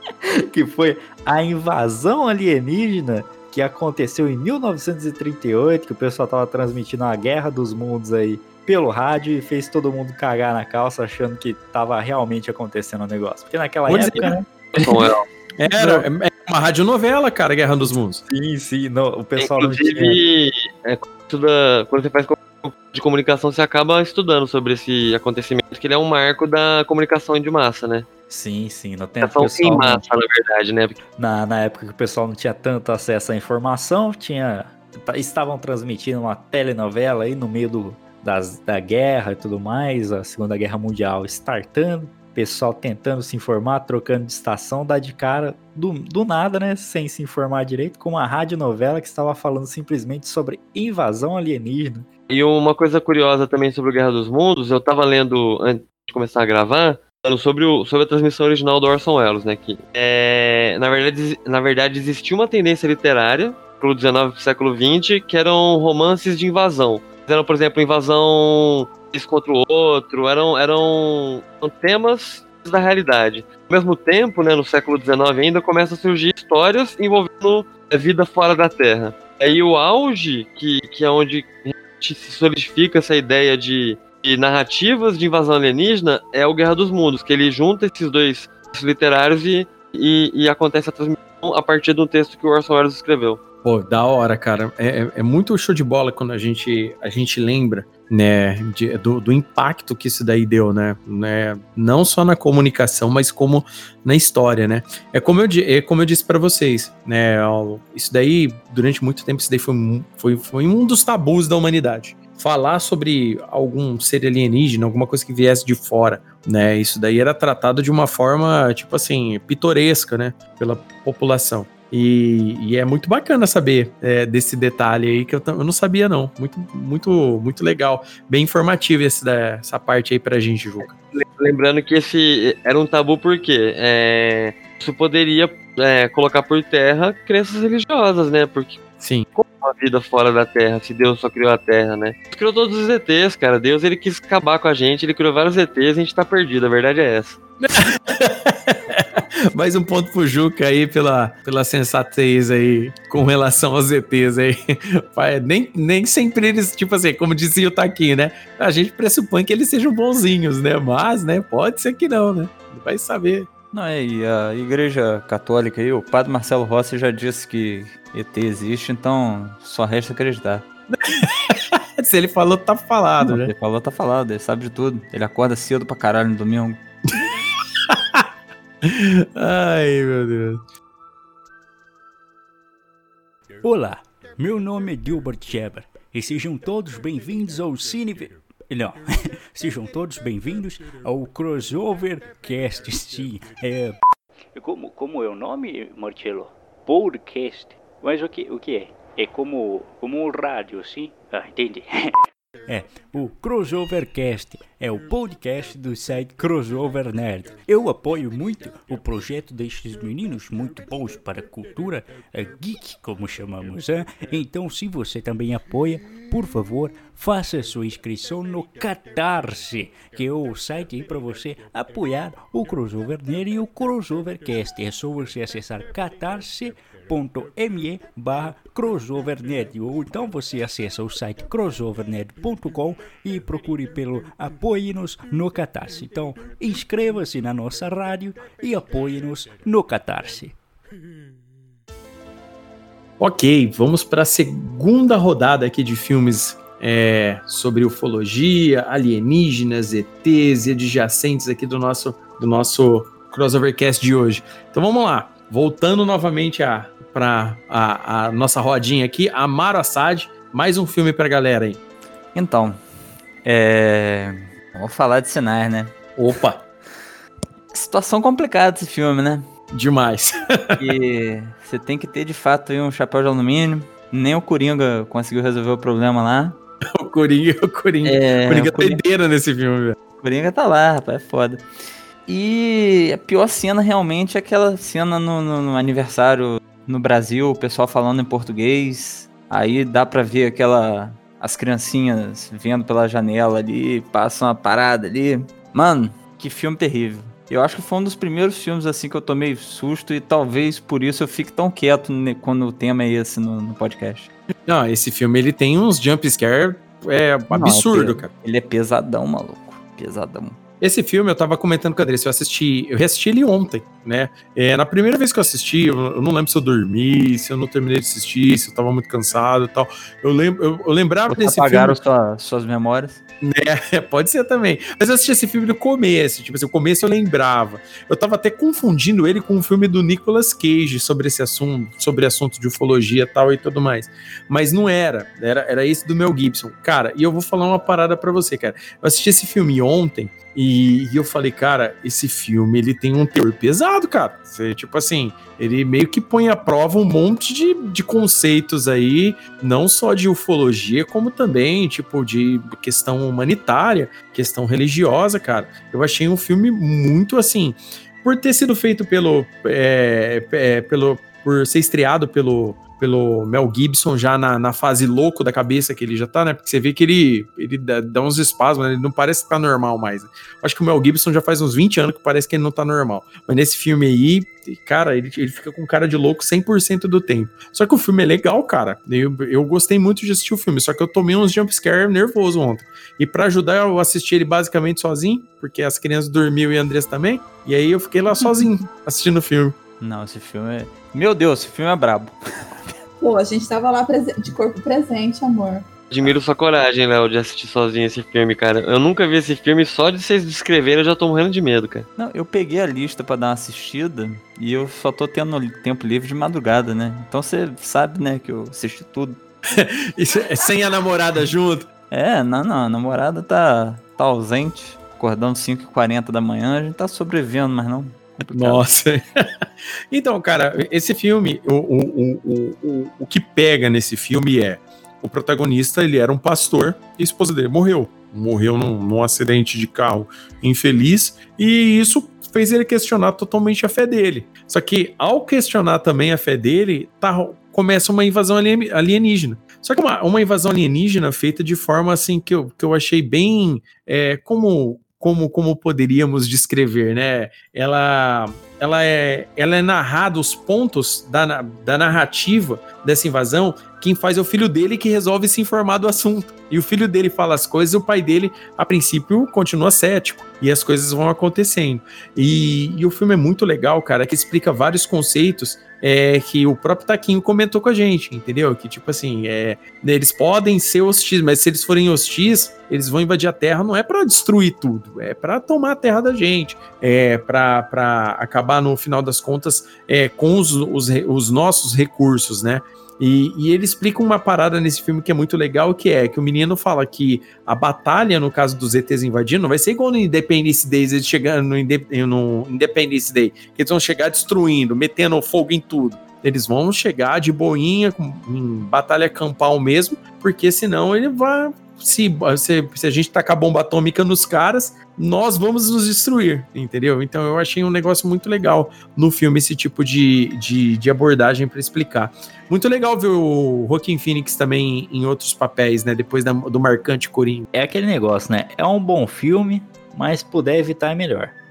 Speaker 4: que foi a invasão alienígena que aconteceu em mil novecentos e trinta e oito, que o pessoal tava transmitindo a Guerra dos Mundos aí pelo rádio e fez todo mundo cagar na calça achando que tava realmente acontecendo o negócio. Porque naquela
Speaker 1: Vou
Speaker 4: época,
Speaker 1: dizer,
Speaker 4: né?
Speaker 6: Samuel.
Speaker 1: Era é uma radionovela, cara, Guerra dos Mundos.
Speaker 4: Sim, sim, não, o pessoal não tinha...
Speaker 6: Inclusive, é, quando estuda- quando você faz co- de comunicação, você acaba estudando sobre esse acontecimento, que ele é um marco da comunicação de massa, né?
Speaker 4: Sim, sim, no tempo o
Speaker 6: Comunicação em
Speaker 4: pessoal não-
Speaker 6: massa, na verdade, né?
Speaker 4: na, na época que o pessoal não tinha tanto acesso à informação, tinha t- estavam transmitindo uma telenovela aí no meio do, das, da guerra e tudo mais, a Segunda Guerra Mundial startando, pessoal tentando se informar, trocando de estação, dá de cara do, do nada, né, sem se informar direito, com uma radionovela que estava falando simplesmente sobre invasão alienígena.
Speaker 6: E uma coisa curiosa também sobre o Guerra dos Mundos, eu tava lendo antes de começar a gravar, falando sobre, o, sobre a transmissão original do Orson Welles, né? Que, é, na, verdade, na verdade, existia uma tendência literária, século dezenove pro século vinte, que eram romances de invasão. Eram, por exemplo, invasão esse contra o outro, eram, eram, eram temas da realidade. Ao mesmo tempo, né, no século dezenove ainda, começam a surgir histórias envolvendo a vida fora da Terra. Aí o auge, que, que é onde se solidifica essa ideia de, de narrativas de invasão alienígena, é o Guerra dos Mundos, que ele junta esses dois literários e, e, e acontece a transmissão a partir de um texto que o Orson Welles escreveu.
Speaker 1: Pô, da hora, cara. É, é, é muito show de bola quando a gente, a gente lembra, né, de- do, do impacto que isso daí deu, né, né? Não só na comunicação, mas como na história, né? É como eu, di- é como eu disse pra vocês, né? ó, Isso daí, durante muito tempo, isso daí foi, um- foi, foi um dos tabus da humanidade. Falar sobre algum ser alienígena, alguma coisa que viesse de fora, né? Isso daí era tratado de uma forma, tipo assim, pitoresca, né? Pela população. E, e é muito bacana saber é, desse detalhe aí que eu, tam- eu não sabia, não. Muito, muito, muito legal. Bem informativo esse da- essa parte aí pra gente, Juca.
Speaker 6: Lembrando que esse era um tabu porque é, isso poderia é, colocar por terra crenças religiosas, né? Porque
Speaker 1: Sim.
Speaker 6: uma vida fora da Terra, se Deus só criou a Terra, né? Deus criou todos os E Tês, cara. Deus, ele quis acabar com a gente, ele criou vários E Tês e a gente tá perdido, a verdade é essa.
Speaker 1: Mais um ponto pro Juca aí pela, pela sensatez aí com relação aos E Tês aí. Pai, Nem, nem sempre eles, tipo assim, como dizia o Taquinho, né? A gente pressupõe que eles sejam bonzinhos, né? Mas, né, pode ser que não, né? Vai saber.
Speaker 5: Não, é, e a igreja católica aí, o padre Marcelo Rossi já disse que E T existe, então só resta acreditar.
Speaker 1: Se ele falou, tá falado,
Speaker 5: Não,
Speaker 1: né?
Speaker 5: Ele falou, tá falado, ele sabe de tudo. Ele acorda cedo pra caralho no domingo.
Speaker 1: Ai, meu Deus.
Speaker 7: Olá, meu nome é Gilbert Sheber e sejam todos bem-vindos ao Cine... Não, sejam todos bem-vindos ao Crossover Cast, sim, é...
Speaker 8: Como, como é o nome, Marcelo? Podcast. Mas o que, o que é? É como, como um rádio, sim? Ah, entendi.
Speaker 7: É, o Crossovercast é o podcast do site Crossover Nerd. Eu apoio muito o projeto destes meninos muito bons para a cultura eh, geek, como chamamos, hein? Então, se você também apoia, por favor, faça sua inscrição no Catarse, que é o site aí para você apoiar o Crossover Nerd e o Crossovercast. É só você acessar catarse.me ponto me barra crossovernerd, ou então você acessa o site crossovernerd ponto com e procure pelo Apoie-nos no Catarse. Então, inscreva-se na nossa rádio e apoie-nos no Catarse.
Speaker 1: Ok, vamos para a segunda rodada aqui de filmes é, sobre ufologia, alienígenas, E Tês e adjacentes aqui do nosso, do nosso Crossovercast de hoje. Então vamos lá, voltando novamente para a, a nossa rodinha aqui, Amaro Assad, mais um filme para a galera aí.
Speaker 5: Então, é... vamos falar de sinais, né?
Speaker 1: Opa!
Speaker 5: Situação complicada esse filme, né?
Speaker 1: Demais.
Speaker 5: E você tem que ter, de fato, aí um chapéu de alumínio. Nem o Coringa conseguiu resolver o problema lá.
Speaker 1: o Coringa, o Coringa.
Speaker 5: É,
Speaker 1: o Coringa
Speaker 5: o Coringa...
Speaker 1: doideira nesse filme, velho.
Speaker 5: O Coringa tá lá, rapaz, é foda. E a pior cena realmente é aquela cena no, no, no aniversário no Brasil, o pessoal falando em português. Aí dá pra ver aquela... as criancinhas vendo pela janela ali, passam uma parada ali. Mano, que filme terrível. Eu acho que foi um dos primeiros filmes assim que eu tomei susto e talvez por isso eu fique tão quieto quando o tema é esse no, no podcast.
Speaker 1: Não, esse filme ele tem uns jumpscare é, absurdo,
Speaker 5: Não,
Speaker 1: cara.
Speaker 5: Ele é pesadão, maluco. Pesadão.
Speaker 1: Esse filme eu tava comentando com o André, eu assisti, eu reassisti ele ontem, né? É, na primeira vez que eu assisti, eu, eu não lembro se eu dormi, se eu não terminei de assistir, se eu tava muito cansado e tal. Eu, lembro, eu, eu lembrava
Speaker 5: Você
Speaker 1: desse
Speaker 5: apagaram
Speaker 1: filme...
Speaker 5: sua, suas memórias?
Speaker 1: É, pode ser também. Mas eu assisti esse filme no começo, tipo assim, o começo eu lembrava. Eu tava até confundindo ele com um filme do Nicolas Cage sobre esse assunto, sobre assunto de ufologia e tal e tudo mais. Mas não era, era, era esse do Mel Gibson. Cara, e eu vou falar uma parada pra você, cara. Eu assisti esse filme ontem e, e eu falei, cara, esse filme, ele tem um teor pesado, cara. Você, tipo assim, ele meio que põe à prova um monte de, de conceitos aí, não só de ufologia, como também, tipo, de questão humanitária, questão religiosa, cara. Eu achei um filme muito, assim, por ter sido feito pelo, é, é, pelo por ser estreado pelo, pelo Mel Gibson já na, na fase louco da cabeça que ele já tá, né? Porque você vê que ele, ele dá, dá uns espasmos, né? Ele não parece que tá normal mais. Né? Acho que o Mel Gibson já faz uns vinte anos que parece que ele não tá normal. Mas nesse filme aí, cara, ele, ele fica com cara de louco cem por cento do tempo. Só que o filme é legal, cara. Eu, eu gostei muito de assistir o filme, só que eu tomei uns jumpscare nervoso ontem. E pra ajudar, eu assisti ele basicamente sozinho, porque as crianças dormiam e a Andressa também. E aí eu fiquei lá sozinho, assistindo o filme.
Speaker 5: Não, esse filme é... Meu Deus, esse filme é brabo.
Speaker 2: Pô, a gente tava lá de corpo presente, amor.
Speaker 6: Admiro sua coragem, Léo, de assistir sozinho esse filme, cara. Eu nunca vi esse filme, só de vocês descreverem eu já tô morrendo de medo, cara.
Speaker 5: Não, eu peguei a lista pra dar uma assistida e eu só tô tendo tempo livre de madrugada, né? Então você sabe, né, que eu assisti tudo.
Speaker 1: Isso é sem a namorada junto?
Speaker 5: É, não, não, a namorada tá, tá ausente, acordando cinco e quarenta da manhã, a gente tá sobrevivendo, mas não. Complicado.
Speaker 1: Nossa. Então, cara, esse filme, o, o, o, o, o que pega nesse filme é o protagonista, ele era um pastor e a esposa dele morreu. Morreu num, num acidente de carro infeliz e isso fez ele questionar totalmente a fé dele. Só que ao questionar também a fé dele, tá, começa uma invasão alienígena. Só que uma, uma invasão alienígena feita de forma assim que eu, que eu achei bem é, como... Como, como poderíamos descrever, né? Ela, ela, é, ela é narrada, os pontos da, da narrativa dessa invasão, quem faz é o filho dele que resolve se informar do assunto. E o filho dele fala as coisas e o pai dele, a princípio, continua cético. E as coisas vão acontecendo. E, e o filme é muito legal, cara, que explica vários conceitos é, que o próprio Taquinho comentou com a gente, entendeu? Que, tipo assim, é, eles podem ser hostis, mas se eles forem hostis, eles vão invadir a Terra, não é pra destruir tudo, é pra tomar a Terra da gente, é pra, pra acabar, no final das contas, é, com os, os, os nossos recursos, né? E, e ele explica uma parada nesse filme que é muito legal, que é que o menino fala que a batalha, no caso dos E Tês invadindo, não vai ser igual no Independence Day, eles chegando no, Inde- no Independence Day, que eles vão chegar destruindo, metendo fogo em tudo. Eles vão chegar de boinha, com, em batalha campal mesmo, porque senão ele vai... Se, se, se a gente tacar bomba atômica nos caras, nós vamos nos destruir, entendeu? Então eu achei um negócio muito legal no filme, esse tipo de, de, de abordagem para explicar. Muito legal ver o Joaquin Phoenix também em outros papéis, né? Depois da, do marcante Coringa.
Speaker 4: É aquele negócio, né? É um bom filme, mas puder evitar é melhor.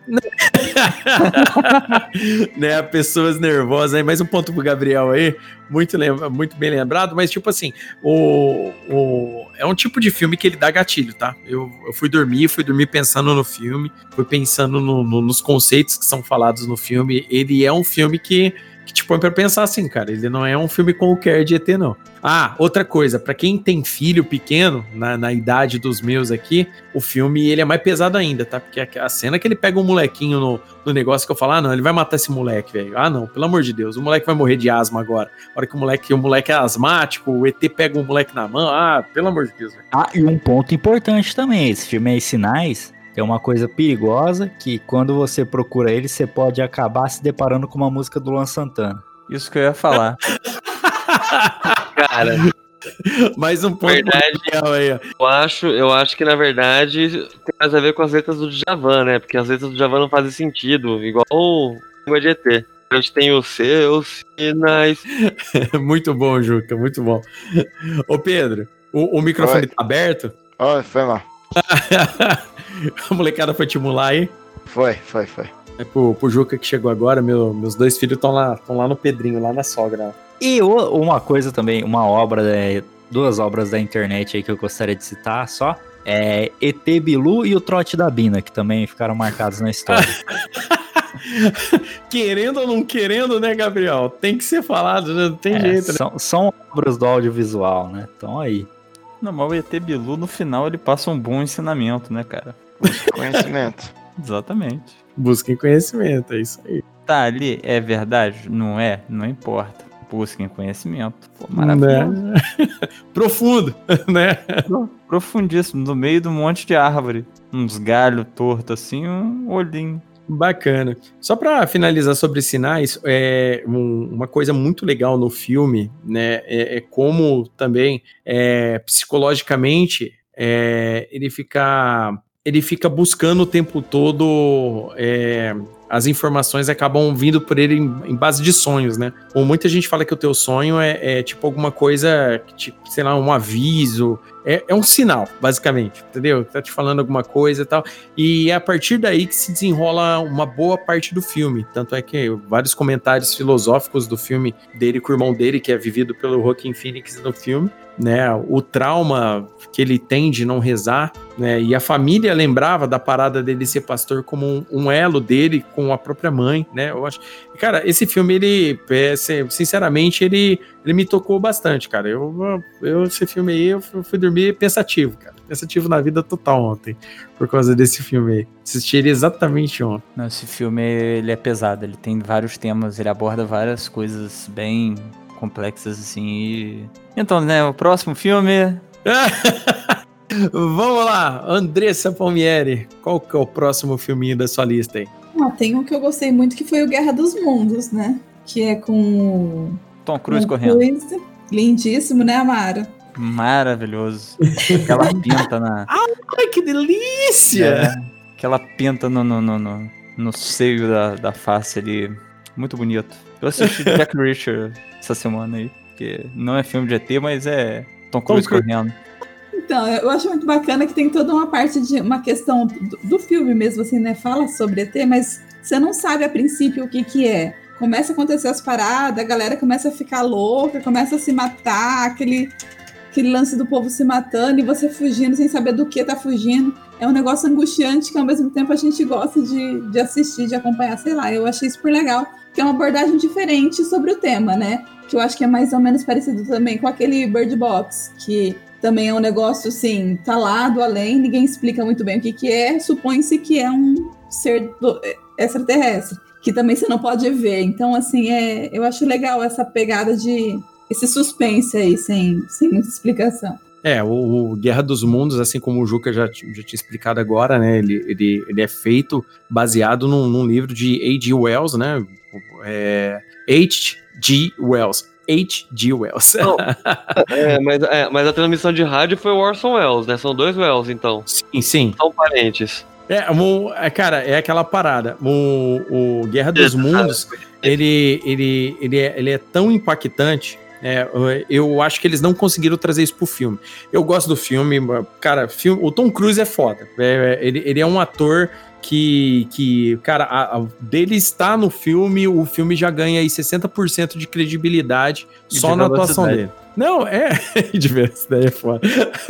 Speaker 1: Né, pessoas nervosas aí, mais um ponto pro Gabriel aí, muito, lembra, muito bem lembrado, mas tipo assim, o, o, é um tipo de filme que ele dá gatilho, tá? Eu, eu fui dormir, fui dormir pensando no filme, fui pensando no, no, nos conceitos que são falados no filme. Ele é um filme que, que te põe pra pensar assim, cara, ele não é um filme qualquer de E T, não. Ah, outra coisa, pra quem tem filho pequeno, na, na idade dos meus aqui, o filme ele é mais pesado ainda, tá? Porque a, a cena que ele pega um molequinho no, no negócio que eu falo, ah, não, ele vai matar esse moleque, velho. Ah, não, pelo amor de Deus, o moleque vai morrer de asma agora. A hora que o moleque, o moleque é asmático, o E T pega o moleque na mão, ah, pelo amor de Deus, velho.
Speaker 4: Ah, e um ponto importante também, esse filme aí, Sinais, é uma coisa perigosa, que quando você procura ele, você pode acabar se deparando com uma música do Luan Santana.
Speaker 5: Isso que eu ia falar.
Speaker 6: Cara,
Speaker 1: mais um ponto
Speaker 6: verdade,
Speaker 1: aí, ó.
Speaker 6: eu acho, eu acho que na verdade tem mais a ver com as letras do Djavan, né? Porque as letras do Djavan não fazem sentido, igual o língua de E T. A gente tem os seus sinais.
Speaker 1: Muito bom, Juca, muito bom. Ô Pedro, o, o microfone
Speaker 3: Oi.
Speaker 1: tá aberto?
Speaker 3: Ó, foi mal.
Speaker 1: A molecada foi te mular aí?
Speaker 3: Foi, foi, foi.
Speaker 1: É pro, pro Juca que chegou agora, meu, meus dois filhos estão lá, estão lá no Pedrinho, lá na sogra.
Speaker 4: E o- uma coisa também, uma obra, é, duas obras da internet aí que eu gostaria de citar só, é E T Bilu e o Trote da Bina, que também ficaram marcados na história.
Speaker 1: Querendo ou não querendo, né, Gabriel? Tem que ser falado, né? Não tem
Speaker 4: É,
Speaker 1: jeito, né?
Speaker 4: são, são obras do audiovisual, né? Então aí.
Speaker 5: Não, mas o E T Bilu, no final, ele passa um bom ensinamento, né, cara?
Speaker 3: Conhecimento.
Speaker 5: Exatamente.
Speaker 1: Busquem conhecimento, é isso aí.
Speaker 5: Tá ali, é verdade? Não é? Não importa. Busquem conhecimento. Pô, maravilhoso.
Speaker 1: Né? Profundo, né?
Speaker 5: Pro- Profundíssimo, no meio de um monte de árvore. Uns galhos tortos assim, um olhinho.
Speaker 1: Bacana. Só para finalizar sobre sinais, é um- uma coisa muito legal no filme, né? É, é como também é, psicologicamente é, ele fica ele fica buscando o tempo todo. É, as informações acabam vindo por ele em, em base de sonhos, né? Ou muita gente fala que o teu sonho é, é tipo alguma coisa, tipo, sei lá, um aviso. É, é um sinal, basicamente, entendeu? Tá te falando alguma coisa e tal. E é a partir daí que se desenrola uma boa parte do filme. Tanto é que vários comentários filosóficos do filme dele com o irmão dele, que é vivido pelo Joaquin Phoenix no filme, né? O trauma que ele tem de não rezar, né? E a família lembrava da parada dele ser pastor como um, um elo dele com a própria mãe, né? Eu acho. Cara, esse filme, ele, é, sinceramente, ele, ele me tocou bastante, cara. Eu, eu esse filme aí, eu fui dormir pensativo, cara. Pensativo na vida total ontem, por causa desse filme aí. Assisti ele exatamente ontem.
Speaker 5: Não, esse filme, ele é pesado. Ele tem vários temas, ele aborda várias coisas bem complexas, assim. E... Então, né, o próximo filme...
Speaker 1: Vamos lá, Andressa Palmieri, qual que é o próximo filminho da sua lista aí?
Speaker 2: Ah, tem um que eu gostei muito que foi o Guerra dos Mundos, né? Que é com o
Speaker 5: Tom Cruise
Speaker 2: Tom
Speaker 5: correndo.
Speaker 2: Cruise. Lindíssimo, né, Amara?
Speaker 5: Maravilhoso. Aquela pinta na...
Speaker 1: Ai, que delícia!
Speaker 5: É, aquela pinta no, no, no, no, no seio da, da face ali. Muito bonito. Eu assisti Jack Reacher essa semana aí. Que não é filme de E T, mas é Tom Cruise
Speaker 1: Cruise.
Speaker 5: correndo.
Speaker 2: Então, eu acho muito bacana que tem toda uma parte de uma questão do, do filme mesmo, assim, né? Fala sobre E T, mas você não sabe a princípio o que que é. Começa a acontecer as paradas, a galera começa a ficar louca, começa a se matar, aquele, aquele lance do povo se matando e você fugindo sem saber do que tá fugindo. É um negócio angustiante que ao mesmo tempo a gente gosta de, de assistir, de acompanhar, sei lá. Eu achei super legal, que é uma abordagem diferente sobre o tema, né? Que eu acho que é mais ou menos parecido também com aquele Bird Box, que também é um negócio, assim, tá lá do além, ninguém explica muito bem o que que é, supõe-se que é um ser do, extraterrestre, que também você não pode ver. Então, assim, é, eu acho legal essa pegada de... esse suspense aí, sem, sem muita explicação.
Speaker 1: É, o, o Guerra dos Mundos, assim como o Juca já, já tinha explicado agora, né, ele, ele, ele é feito baseado num, num livro de H G Wells, né, é, H G Wells. H G Wells.
Speaker 6: Não, é, mas, é, mas a transmissão de rádio foi o Orson Welles, né? São dois Welles, então.
Speaker 1: Sim, sim.
Speaker 6: São parentes.
Speaker 1: É, o, é, cara, é aquela parada. O, o Guerra dos Mundos, ele, ele, ele, é, ele é tão impactante. É, eu acho que eles não conseguiram trazer isso pro filme. Eu gosto do filme, cara. Filme, o Tom Cruise é foda. É, ele, ele é um ator que, que cara, a, a, dele estar no filme, o filme já ganha aí sessenta por cento de credibilidade
Speaker 5: E
Speaker 1: só
Speaker 5: de
Speaker 1: na atuação
Speaker 5: velocidade.
Speaker 1: dele. Não, é. Diversidade é foda.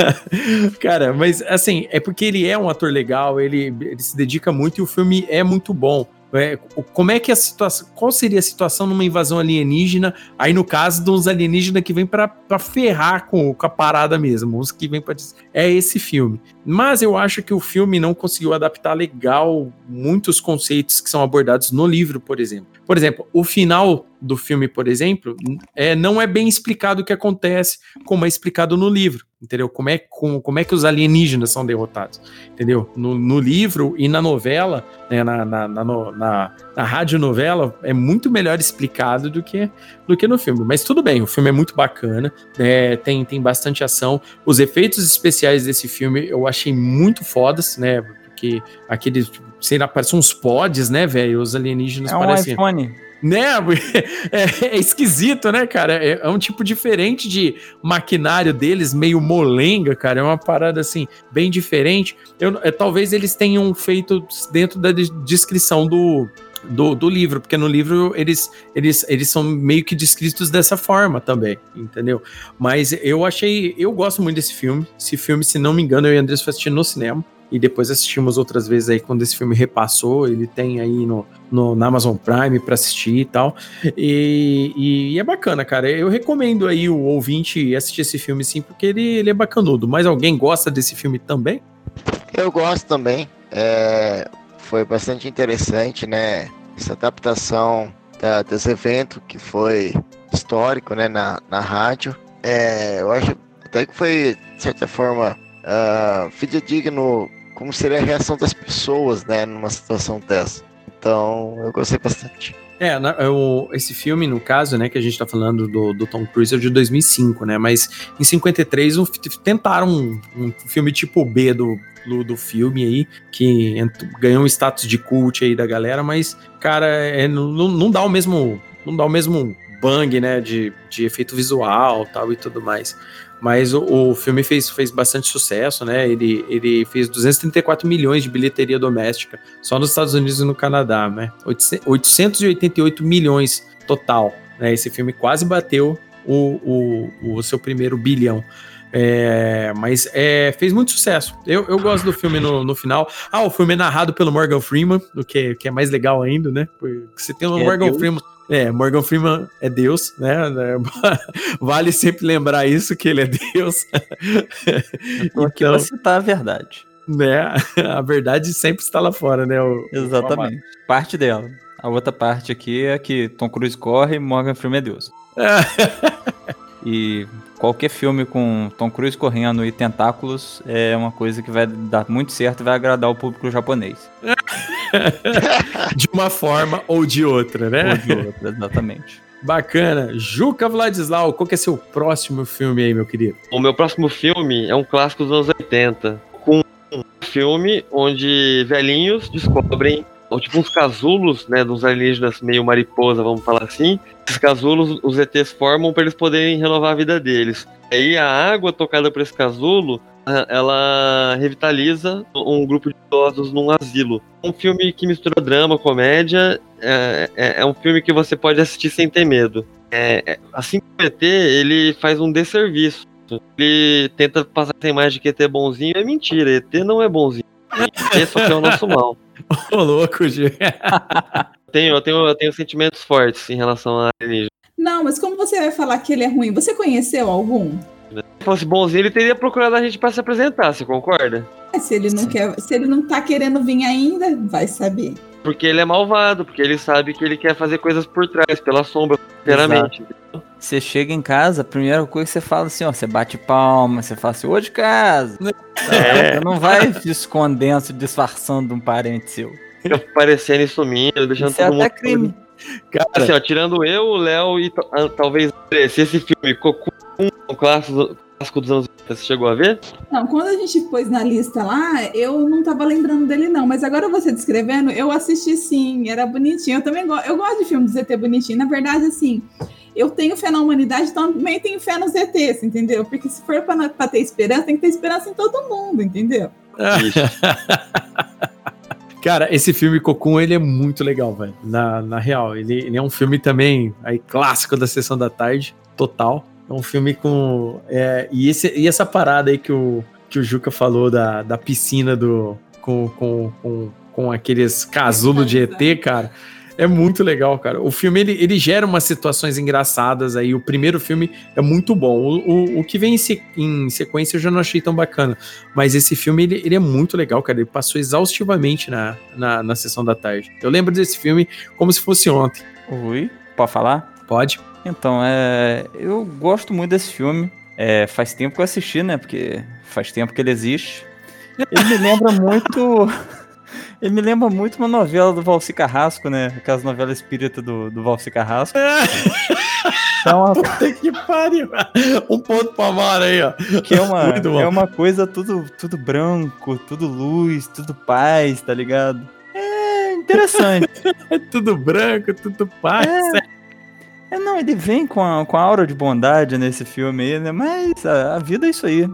Speaker 1: Cara, mas assim, é porque ele é um ator legal, ele, ele se dedica muito e o filme é muito bom. É, como é que a situação. Qual seria a situação numa invasão alienígena? Aí, no caso, de uns alienígenas que vêm pra, pra ferrar com, com a parada mesmo. Uns que vêm pra. É esse filme. Mas eu acho que o filme não conseguiu adaptar legal muitos conceitos que são abordados no livro, por exemplo. Por exemplo, o final do filme, por exemplo, é, não é bem explicado o que acontece como é explicado no livro, entendeu? Como é, como, como é que os alienígenas são derrotados, entendeu? No, no livro e na novela, né, na, na, na, na, na radionovela, é muito melhor explicado do que, do que no filme. Mas tudo bem, o filme é muito bacana, é, tem, tem bastante ação. Os efeitos especiais desse filme eu achei muito fodas, né? Porque aqueles, sei lá, parecem uns pods, né, velho? Os alienígenas
Speaker 5: É um
Speaker 1: parecem...
Speaker 5: iPhone.
Speaker 1: Né? É, é esquisito, né, cara? É, é um tipo diferente de maquinário deles, meio molenga, cara. É uma parada, assim, bem diferente. Eu, é, talvez eles tenham feito dentro da de- descrição do, do, do livro, porque no livro eles, eles, eles são meio que descritos dessa forma também, entendeu? Mas eu achei... Eu gosto muito desse filme. Esse filme, se não me engano, eu e o Andrés foi assistir no cinema. E depois assistimos outras vezes aí quando esse filme repassou, ele tem aí no, no, na Amazon Prime pra assistir e tal, e, e é bacana, cara, eu recomendo aí o ouvinte assistir esse filme sim, porque ele, ele é bacanudo. Mas alguém gosta desse filme também?
Speaker 3: Eu gosto também, é, foi bastante interessante, né, essa adaptação da, desse evento que foi histórico, né, na, na rádio. É, eu acho até que foi, de certa forma, uh, fidedigno como seria a reação das pessoas, né, numa situação dessa. Então, eu gostei bastante.
Speaker 1: É, na, eu, esse filme, no caso, né, que a gente tá falando do, do Tom Cruise é de dois mil e cinco, né, mas em cinquenta e três um, tentaram um, um filme tipo B do, do, do filme aí, que ent, ganhou um status de cult aí da galera, mas, cara, é, não, não dá o mesmo, não dá o mesmo bang, né, de, de efeito visual tal e tudo mais. Mas o, o filme fez, fez bastante sucesso, né? Ele, ele fez duzentos e trinta e quatro milhões de bilheteria doméstica só nos Estados Unidos e no Canadá, né? oitocentos e oitenta e oito milhões total, né? Esse filme quase bateu o, o, o seu primeiro bilhão. É, mas é, fez muito sucesso. Eu, eu gosto do filme no, no final. Ah, o filme é narrado pelo Morgan Freeman, o que, que é mais legal ainda, né? Porque você tem o
Speaker 5: É
Speaker 1: Morgan
Speaker 5: Deus.
Speaker 1: Freeman. É, Morgan Freeman é Deus, né? Vale sempre lembrar isso, que ele é Deus.
Speaker 5: Eu tô aqui pra citar a verdade.
Speaker 1: Né? A verdade sempre está lá fora, né? O,
Speaker 5: Exatamente. Parte dela. A outra parte aqui é que Tom Cruise corre e Morgan Freeman é Deus. E qualquer filme com Tom Cruise correndo e tentáculos é uma coisa que vai dar muito certo e vai agradar o público japonês.
Speaker 1: De uma forma ou de outra, né?
Speaker 5: Ou de outra, exatamente.
Speaker 1: Bacana. Juca Vladislau, qual que é seu próximo filme aí, meu querido?
Speaker 6: O meu próximo filme é um clássico dos anos oitenta, com um filme onde velhinhos descobrem, ou tipo uns casulos, né, dos alienígenas meio mariposa, vamos falar assim. Esses casulos os E Tês formam para eles poderem renovar a vida deles. Aí a água tocada por esse casulo, ela revitaliza um grupo de idosos num asilo. Um filme que mistura drama, comédia, é, é, é um filme que você pode assistir sem ter medo. É, é, assim como o E T, ele faz um desserviço. Ele tenta passar essa imagem de que E T é bonzinho, é mentira, E T não é bonzinho. E T só quer o nosso mal.
Speaker 1: Ô, louco, gente.
Speaker 6: Tenho, eu, tenho, eu tenho sentimentos fortes em relação a alienígena.
Speaker 2: Não, mas como você vai falar que ele é ruim? Você conheceu algum?
Speaker 6: Se fosse bonzinho, ele teria procurado a gente pra se apresentar, você concorda?
Speaker 2: É, se ele não
Speaker 5: Sim.
Speaker 2: quer, se ele não tá querendo vir ainda, vai saber.
Speaker 6: Porque ele é malvado, porque ele sabe que ele quer fazer coisas por trás, pela sombra, sinceramente.
Speaker 5: Você chega em casa, a primeira coisa que você fala assim, ó, você bate palma, você fala assim, ô de casa.
Speaker 6: É.
Speaker 5: Você não vai se escondendo, se disfarçando de um parente seu.
Speaker 6: Fica aparecendo e sumindo, deixando
Speaker 5: Isso é
Speaker 6: todo mundo...
Speaker 5: até crime.
Speaker 1: Cara,
Speaker 6: Assim, ó, tirando eu, o Léo e t- ah, talvez se esse filme Cocoon, um clássico, clássico dos anos oitenta, você chegou a ver?
Speaker 2: Não, quando a gente pôs na lista lá, eu não tava lembrando dele não, mas agora você descrevendo, eu assisti sim, era bonitinho. Eu também go- eu gosto de filme do Z T bonitinho. Na verdade, assim, eu tenho fé na humanidade, então também tenho fé nos Z Tês, entendeu? Porque se for pra, pra ter esperança, tem que ter esperança em todo mundo, entendeu?
Speaker 6: Isso.
Speaker 1: Cara, esse filme Cocoon, ele é muito legal, velho. Na, na real, ele, ele é um filme também aí, clássico da Sessão da Tarde, total. É um filme com... É, e, esse, e essa parada aí que o, que o Juca falou da, da piscina do, com, com, com, com aqueles casulos de E T, cara... É muito legal, cara. O filme, ele, ele gera umas situações engraçadas aí. O primeiro filme é muito bom. O, o, o que vem em, se, em sequência eu já não achei tão bacana. Mas esse filme, ele, ele é muito legal, cara. Ele passou exaustivamente na, na, na Sessão da Tarde. Eu lembro desse filme como se fosse ontem.
Speaker 5: Oi, pode falar?
Speaker 1: Pode.
Speaker 5: Então, é, eu gosto muito desse filme. É, faz tempo que eu assisti, né? Porque faz tempo que ele existe. Ele me lembra muito... Ele me lembra muito uma novela do Valci Carrasco, né? Aquelas novelas espírita do, do Valci Carrasco. Então,
Speaker 1: puta que pariu. Um ponto pra Mara aí, ó.
Speaker 5: Que é uma, é uma coisa tudo, tudo branco, tudo luz, tudo paz, tá ligado? É interessante.
Speaker 1: É tudo branco, tudo paz.
Speaker 5: É, é não, ele vem com a, com a aura de bondade nesse filme aí, né? Mas a, a vida é isso aí.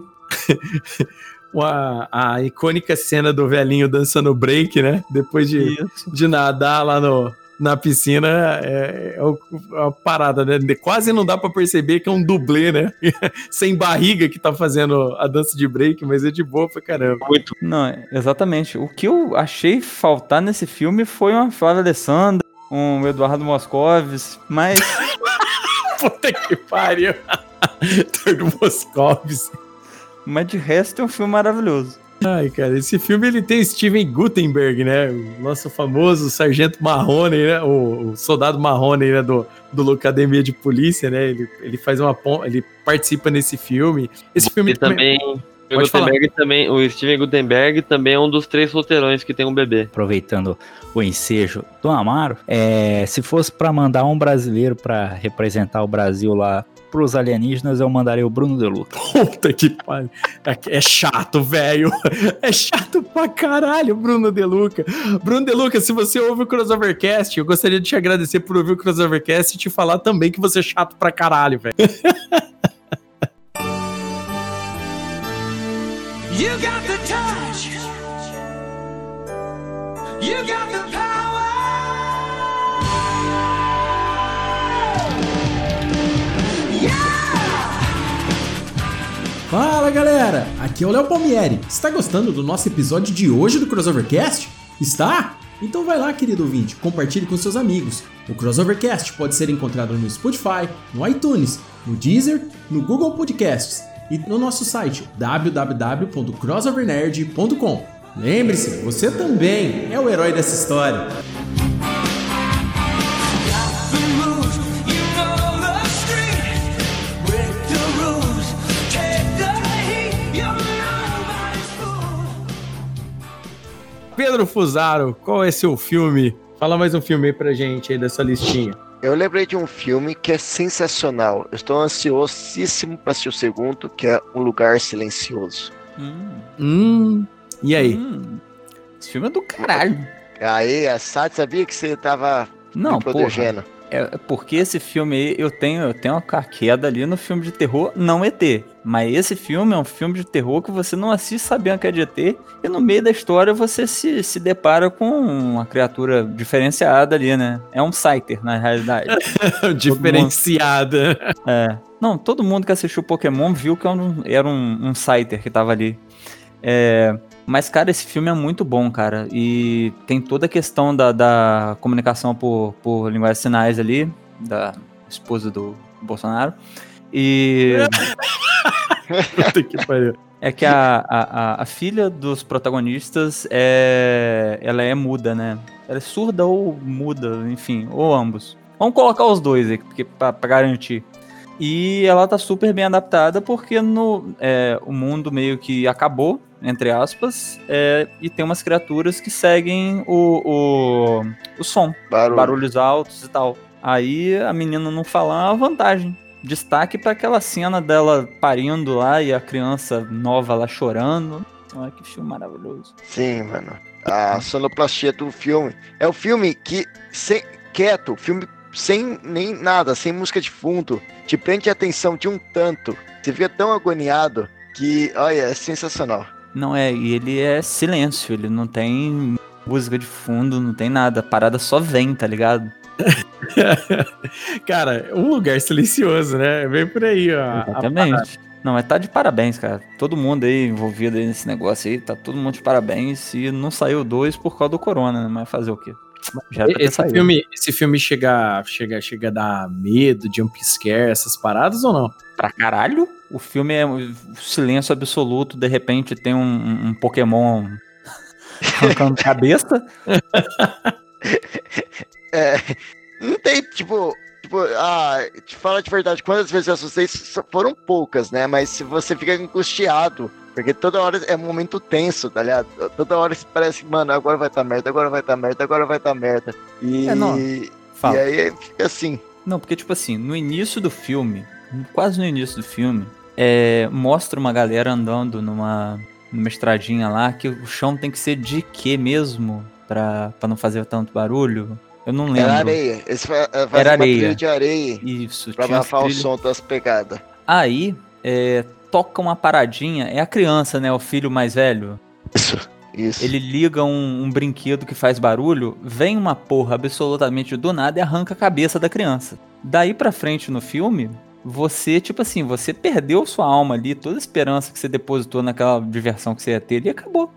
Speaker 1: A, a icônica cena do velhinho dançando break, né? Depois de, de nadar lá no, na piscina, é, é uma parada, né? Quase não dá pra perceber que é um dublê, né? Sem barriga que tá fazendo a dança de break, mas é de boa pra caramba.
Speaker 5: Muito. Não, exatamente. O que eu achei faltar nesse filme foi uma Flávia Alessandra, um Eduardo Moscovis, mas...
Speaker 1: Puta que pariu! Eduardo Moscovis.
Speaker 5: Mas de resto é um filme maravilhoso.
Speaker 1: Ai, cara, esse filme ele tem Steven Guttenberg, né? O nosso famoso Sargento Marrone, né? O, o soldado Marrone, né? Do, do Academia de Polícia, né? Ele, ele faz uma ele participa nesse filme. Esse filme
Speaker 6: e também. O, Gutenberg também, o Steven Guttenberg também é um dos três roteirões que tem um bebê.
Speaker 4: Aproveitando o ensejo do Amaro, é, se fosse para mandar um brasileiro para representar o Brasil lá pros alienígenas, eu mandaria o Bruno De Luca.
Speaker 1: Puta que pariu. É chato, velho. É chato pra caralho, Bruno De Luca. Bruno De Luca, se você ouve o Crossovercast, eu gostaria de te agradecer por ouvir o Crossovercast e te falar também que você é chato pra caralho, velho. You got the touch. You got the power.
Speaker 9: Fala galera, aqui é o Léo Palmieri. Está gostando do nosso episódio de hoje do Crossovercast? Está? Então vai lá, querido ouvinte, compartilhe com seus amigos. O Crossovercast pode ser encontrado no Spotify, no iTunes, no Deezer, no Google Podcasts e no nosso site w w w ponto crossover nerd ponto com. Lembre-se, você também é o herói dessa história.
Speaker 1: Pedro Fusaro, qual é seu filme? Fala mais um filme aí pra gente aí dessa listinha.
Speaker 3: Eu lembrei de um filme que é sensacional. Eu estou ansiosíssimo para assistir o segundo, que é Um Lugar Silencioso.
Speaker 1: Hum. Hum. E aí?
Speaker 5: Hum. Esse filme é do caralho.
Speaker 3: Aí, a Sade sabia que você tava
Speaker 5: Não,
Speaker 3: me protegendo.
Speaker 5: Porra. É porque esse filme aí, eu tenho, eu tenho uma queda ali no filme de terror, não E T. Mas esse filme é um filme de terror que você não assiste sabendo que é de E T. E no meio da história você se, se depara com uma criatura diferenciada ali, né? É um Scyther, na realidade.
Speaker 1: Diferenciada.
Speaker 5: Mundo... É. Não, todo mundo que assistiu Pokémon viu que era um, um Scyther que tava ali. É... Mas, cara, esse filme é muito bom, cara. E tem toda a questão da, da comunicação por, por linguagem de sinais ali, da esposa do Bolsonaro. E...
Speaker 1: Puta que pariu.
Speaker 5: É que a, a, a filha dos protagonistas, é, ela é muda, né? Ela é surda ou muda, enfim, ou ambos. Vamos colocar os dois aí, porque, pra, pra garantir. E ela tá super bem adaptada porque no, é, o mundo meio que acabou, entre aspas, é, e tem umas criaturas que seguem o, o, o som,
Speaker 3: Barulho.
Speaker 5: barulhos altos e tal. Aí a menina não falar é uma vantagem. Destaque para aquela cena dela parindo lá e a criança nova lá chorando. Olha que filme maravilhoso.
Speaker 3: Sim, mano. A sonoplastia do filme. É o filme que, sem, quieto, filme sem nem nada, sem música de fundo, te prende a atenção de um tanto. Você fica tão agoniado que, olha, é sensacional.
Speaker 5: Não é, e ele é silêncio, ele não tem música de fundo, não tem nada. A parada só vem, tá ligado?
Speaker 1: Cara, um lugar silencioso, né? Vem por aí, ó.
Speaker 5: Exatamente. Não, mas tá de parabéns, cara. Todo mundo aí envolvido aí nesse negócio aí, tá todo mundo de parabéns. E não saiu dois por causa do corona, né? Mas fazer o quê? Já
Speaker 1: esse, filme, esse filme chega, chega, chega a dar medo, jump scare, essas paradas ou não?
Speaker 5: Pra caralho. O filme é um silêncio absoluto, de repente tem um, um Pokémon arrancando cabeça.
Speaker 3: É, não tem, tipo, tipo, ah, te fala de verdade, quantas vezes eu assustei, foram poucas, né? Mas se você fica angustiado, porque toda hora é um momento tenso, tá ligado? Toda hora parece, mano, agora vai tá merda, agora vai tá merda, agora vai tá merda. E,
Speaker 5: é, não.
Speaker 3: e
Speaker 5: Fala.
Speaker 3: aí fica assim.
Speaker 5: Não, porque, tipo assim, no início do filme, quase no início do filme, é, mostra uma galera andando numa, numa estradinha lá, que o chão tem que ser de quê mesmo? Pra, pra não fazer tanto barulho? Eu não lembro.
Speaker 3: Era areia. Eles fa- fazem
Speaker 5: Era
Speaker 3: uma
Speaker 5: areia.
Speaker 3: trilha de areia.
Speaker 5: Isso.
Speaker 3: Pra
Speaker 5: tinha
Speaker 3: abafar o
Speaker 5: trilha.
Speaker 3: som das pegadas.
Speaker 5: Aí, é, toca uma paradinha. É a criança, né? O filho mais velho.
Speaker 3: Isso. Isso.
Speaker 5: Ele liga um, um brinquedo que faz barulho. Vem uma porra absolutamente do nada e arranca a cabeça da criança. Daí pra frente no filme, você, tipo assim, você perdeu sua alma ali. Toda a esperança que você depositou naquela diversão que você ia ter ali acabou.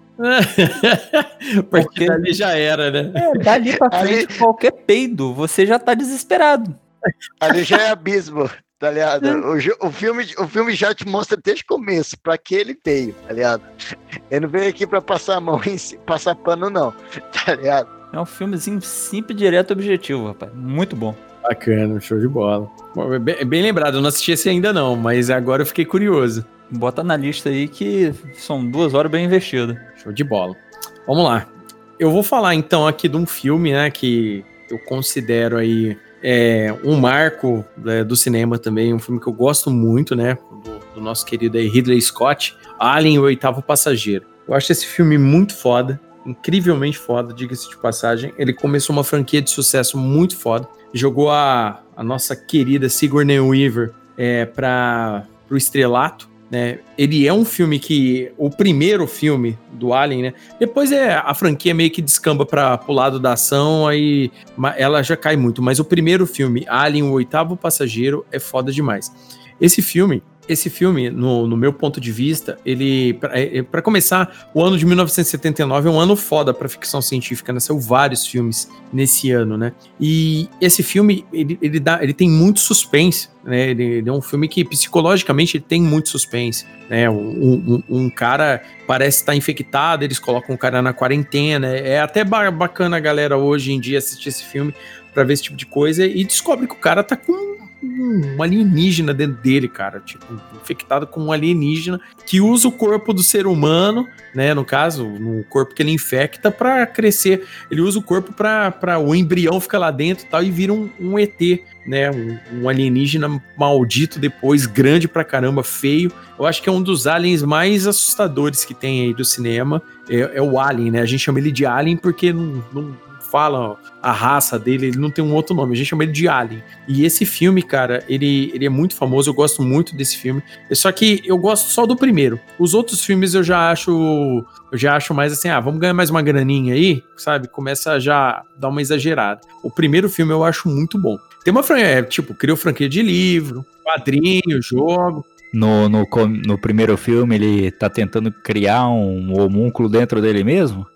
Speaker 1: Porque, Porque dali já era, né?
Speaker 5: É, dali pra frente, ali... qualquer peido, você já tá desesperado.
Speaker 3: Ali já é abismo, tá ligado? O, o, filme, o filme já te mostra desde o começo pra que ele veio, tá ligado? Ele não veio aqui pra passar a mão em si, passar pano, não, tá ligado?
Speaker 5: É um filmezinho simples, direto e objetivo, rapaz. Muito bom.
Speaker 1: Bacana, show de bola. Bem, bem lembrado, eu não assisti esse ainda não, mas agora eu fiquei curioso.
Speaker 5: Bota na lista aí que são duas horas bem investidas.
Speaker 1: Show de bola. Vamos lá. Eu vou falar então aqui de um filme, né, que eu considero aí é, um marco é, do cinema também, um filme que eu gosto muito, né, do, do nosso querido aí Ridley Scott, Alien, o Oitavo Passageiro. Eu acho esse filme muito foda, incrivelmente foda, diga-se de passagem. Ele começou uma franquia de sucesso muito foda, jogou a, a nossa querida Sigourney Weaver é, para o estrelato. Né? Ele é um filme que, o primeiro filme do Alien, né? Depois é a franquia meio que descamba para o lado da ação, aí ela já cai muito, mas o primeiro filme, Alien, o Oitavo Passageiro, é foda demais. Esse filme, esse filme, no, no meu ponto de vista, ele, para começar, o ano de mil novecentos e setenta e nove é um ano foda para ficção científica, né? Saiu vários filmes nesse ano, né? E esse filme, ele, ele, dá, ele tem muito suspense, né? Ele, ele é um filme que, psicologicamente, ele tem muito suspense, né? Um, um, um cara parece estar infectado, eles colocam o cara na quarentena, é até bacana a galera hoje em dia assistir esse filme para ver esse tipo de coisa e descobre que o cara tá com um alienígena dentro dele, cara, tipo, infectado com um alienígena que usa o corpo do ser humano, né, no caso, no corpo que ele infecta pra crescer, ele usa o corpo pra, pra o embrião ficar lá dentro e tal, e vira um, um E T, né, um, um alienígena maldito depois, grande pra caramba, feio. Eu acho que é um dos aliens mais assustadores que tem aí do cinema, é, é o Alien, né, a gente chama ele de Alien porque não... não fala a raça dele, ele não tem um outro nome, a gente chama ele de Alien. E esse filme, cara, ele, ele é muito famoso, eu gosto muito desse filme, só que eu gosto só do primeiro. Os outros filmes eu já acho eu já acho mais assim, ah, vamos ganhar mais uma graninha aí, sabe? Começa a já dar uma exagerada. O primeiro filme eu acho muito bom. Tem uma franquia, tipo, criou franquia de livro, quadrinho, jogo.
Speaker 4: No, no, no primeiro filme ele tá tentando criar um homúnculo dentro dele mesmo?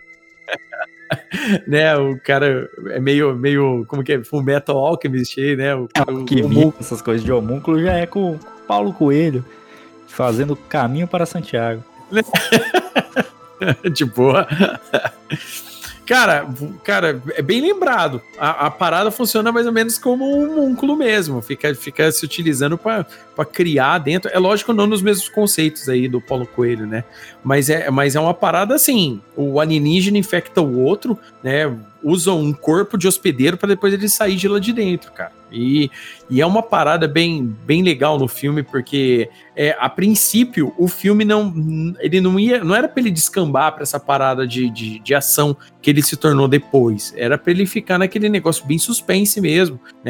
Speaker 1: Né, o cara é meio, meio como que é, Fullmetal Alchemist aí, né? O,
Speaker 4: Alquimia, o, essas coisas de homúnculo já é com o Paulo Coelho, fazendo caminho para Santiago.
Speaker 1: De boa. Cara, cara, é bem lembrado. A, a parada funciona mais ou menos como um homúnculo mesmo. Fica, fica se utilizando para criar dentro. É lógico, não nos mesmos conceitos aí do Paulo Coelho, né? Mas é, mas é uma parada assim. O alienígena infecta o outro, né? Usa um corpo de hospedeiro para depois ele sair de lá de dentro, cara. E, e é uma parada bem, bem legal no filme, porque é, a princípio o filme não, ele não ia, não era para ele descambar para essa parada de, de, de ação que ele se tornou depois. Era para ele ficar naquele negócio bem suspense mesmo, né?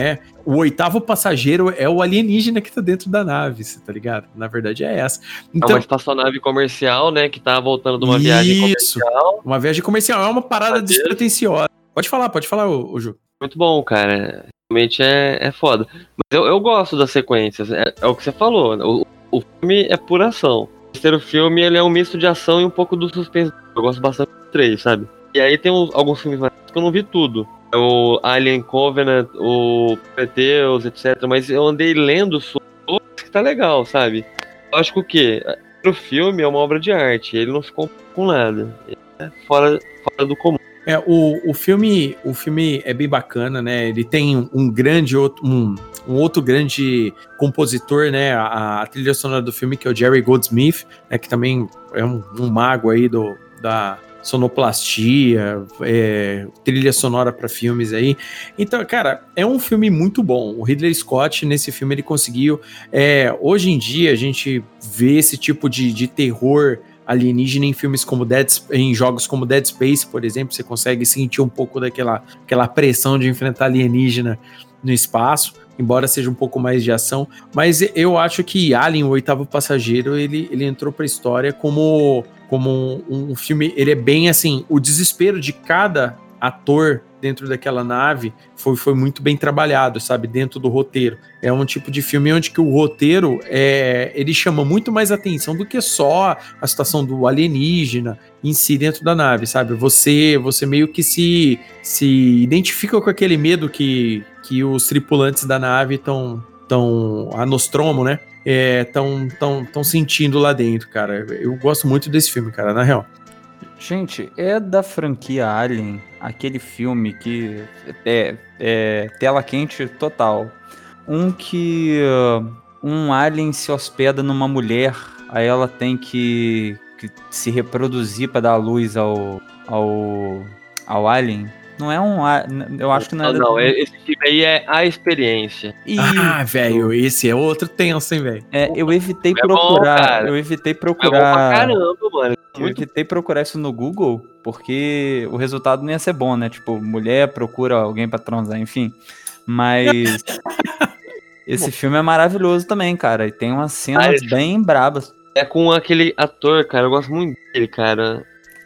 Speaker 1: o oitavo passageiro é o alienígena que tá dentro da nave, você tá ligado? Na verdade é essa.
Speaker 6: Então, é uma espaçonave comercial, né, que tá voltando de uma viagem
Speaker 1: isso,
Speaker 6: comercial.
Speaker 1: Uma viagem comercial, é uma parada
Speaker 6: Passageiro.
Speaker 1: despretensiosa. Pode falar, pode falar, ô, ô Ju.
Speaker 6: Muito bom, cara. Realmente é, é foda. Mas eu, eu gosto das sequências. É, é o que você falou. O, o filme é pura ação. O terceiro filme, ele é um misto de ação e um pouco do suspense. Eu gosto bastante dos três, sabe? E aí tem uns, alguns filmes mais que eu não vi tudo. É o Alien Covenant, o Prometheus, etcétera. Mas eu andei lendo sobre que tá legal, sabe? Eu acho que o quê? O filme é uma obra de arte. Ele não ficou com nada. É fora, fora do comum.
Speaker 1: É, o, o, filme, o filme é bem bacana, né? Ele tem um grande outro, um, um outro grande compositor, né? A, a trilha sonora do filme, que é o Jerry Goldsmith, né? Que também é um, um mago aí do, da sonoplastia, é, trilha sonora para filmes aí. Então, cara, é um filme muito bom. O Ridley Scott, nesse filme, ele conseguiu... É, hoje em dia, a gente vê esse tipo de, de terror alienígena em filmes como Dead, em jogos como Dead Space, por exemplo, você consegue sentir um pouco daquela aquela pressão de enfrentar alienígena no espaço, embora seja um pouco mais de ação, mas eu acho que Alien, o Oitavo Passageiro, ele, ele entrou pra história como, como um, um filme, ele é bem assim, o desespero de cada ator dentro daquela nave foi, foi muito bem trabalhado, sabe, dentro do roteiro. É um tipo de filme onde que o roteiro é, ele chama muito mais atenção do que só a situação do alienígena em si dentro da nave, sabe? Você, você meio que se, se identifica com aquele medo que, que os tripulantes da nave estão, tão, a Nostromo, né? Estão é, tão, tão sentindo lá dentro, cara. Eu gosto muito desse filme, cara, na real.
Speaker 5: Gente, é da franquia Alien, aquele filme que é, é tela quente total. Um que uh, um alien se hospeda numa mulher, aí ela tem que, que se reproduzir para dar luz ao, ao, ao alien. Não é um... Eu acho que não é...
Speaker 6: Não, não, esse filme aí é A Experiência.
Speaker 1: E... Ah, velho, esse é outro tenso, hein, velho.
Speaker 5: É, eu evitei é procurar... Bom, eu evitei procurar... É bom pra
Speaker 6: caramba, mano.
Speaker 5: Eu evitei procurar isso no Google, porque o resultado não ia ser bom, né? Tipo, mulher procura alguém pra transar, enfim. Mas... esse filme é maravilhoso também, cara. E tem umas cenas ah, bem brabas.
Speaker 6: É com aquele ator, cara. Eu gosto muito dele, cara.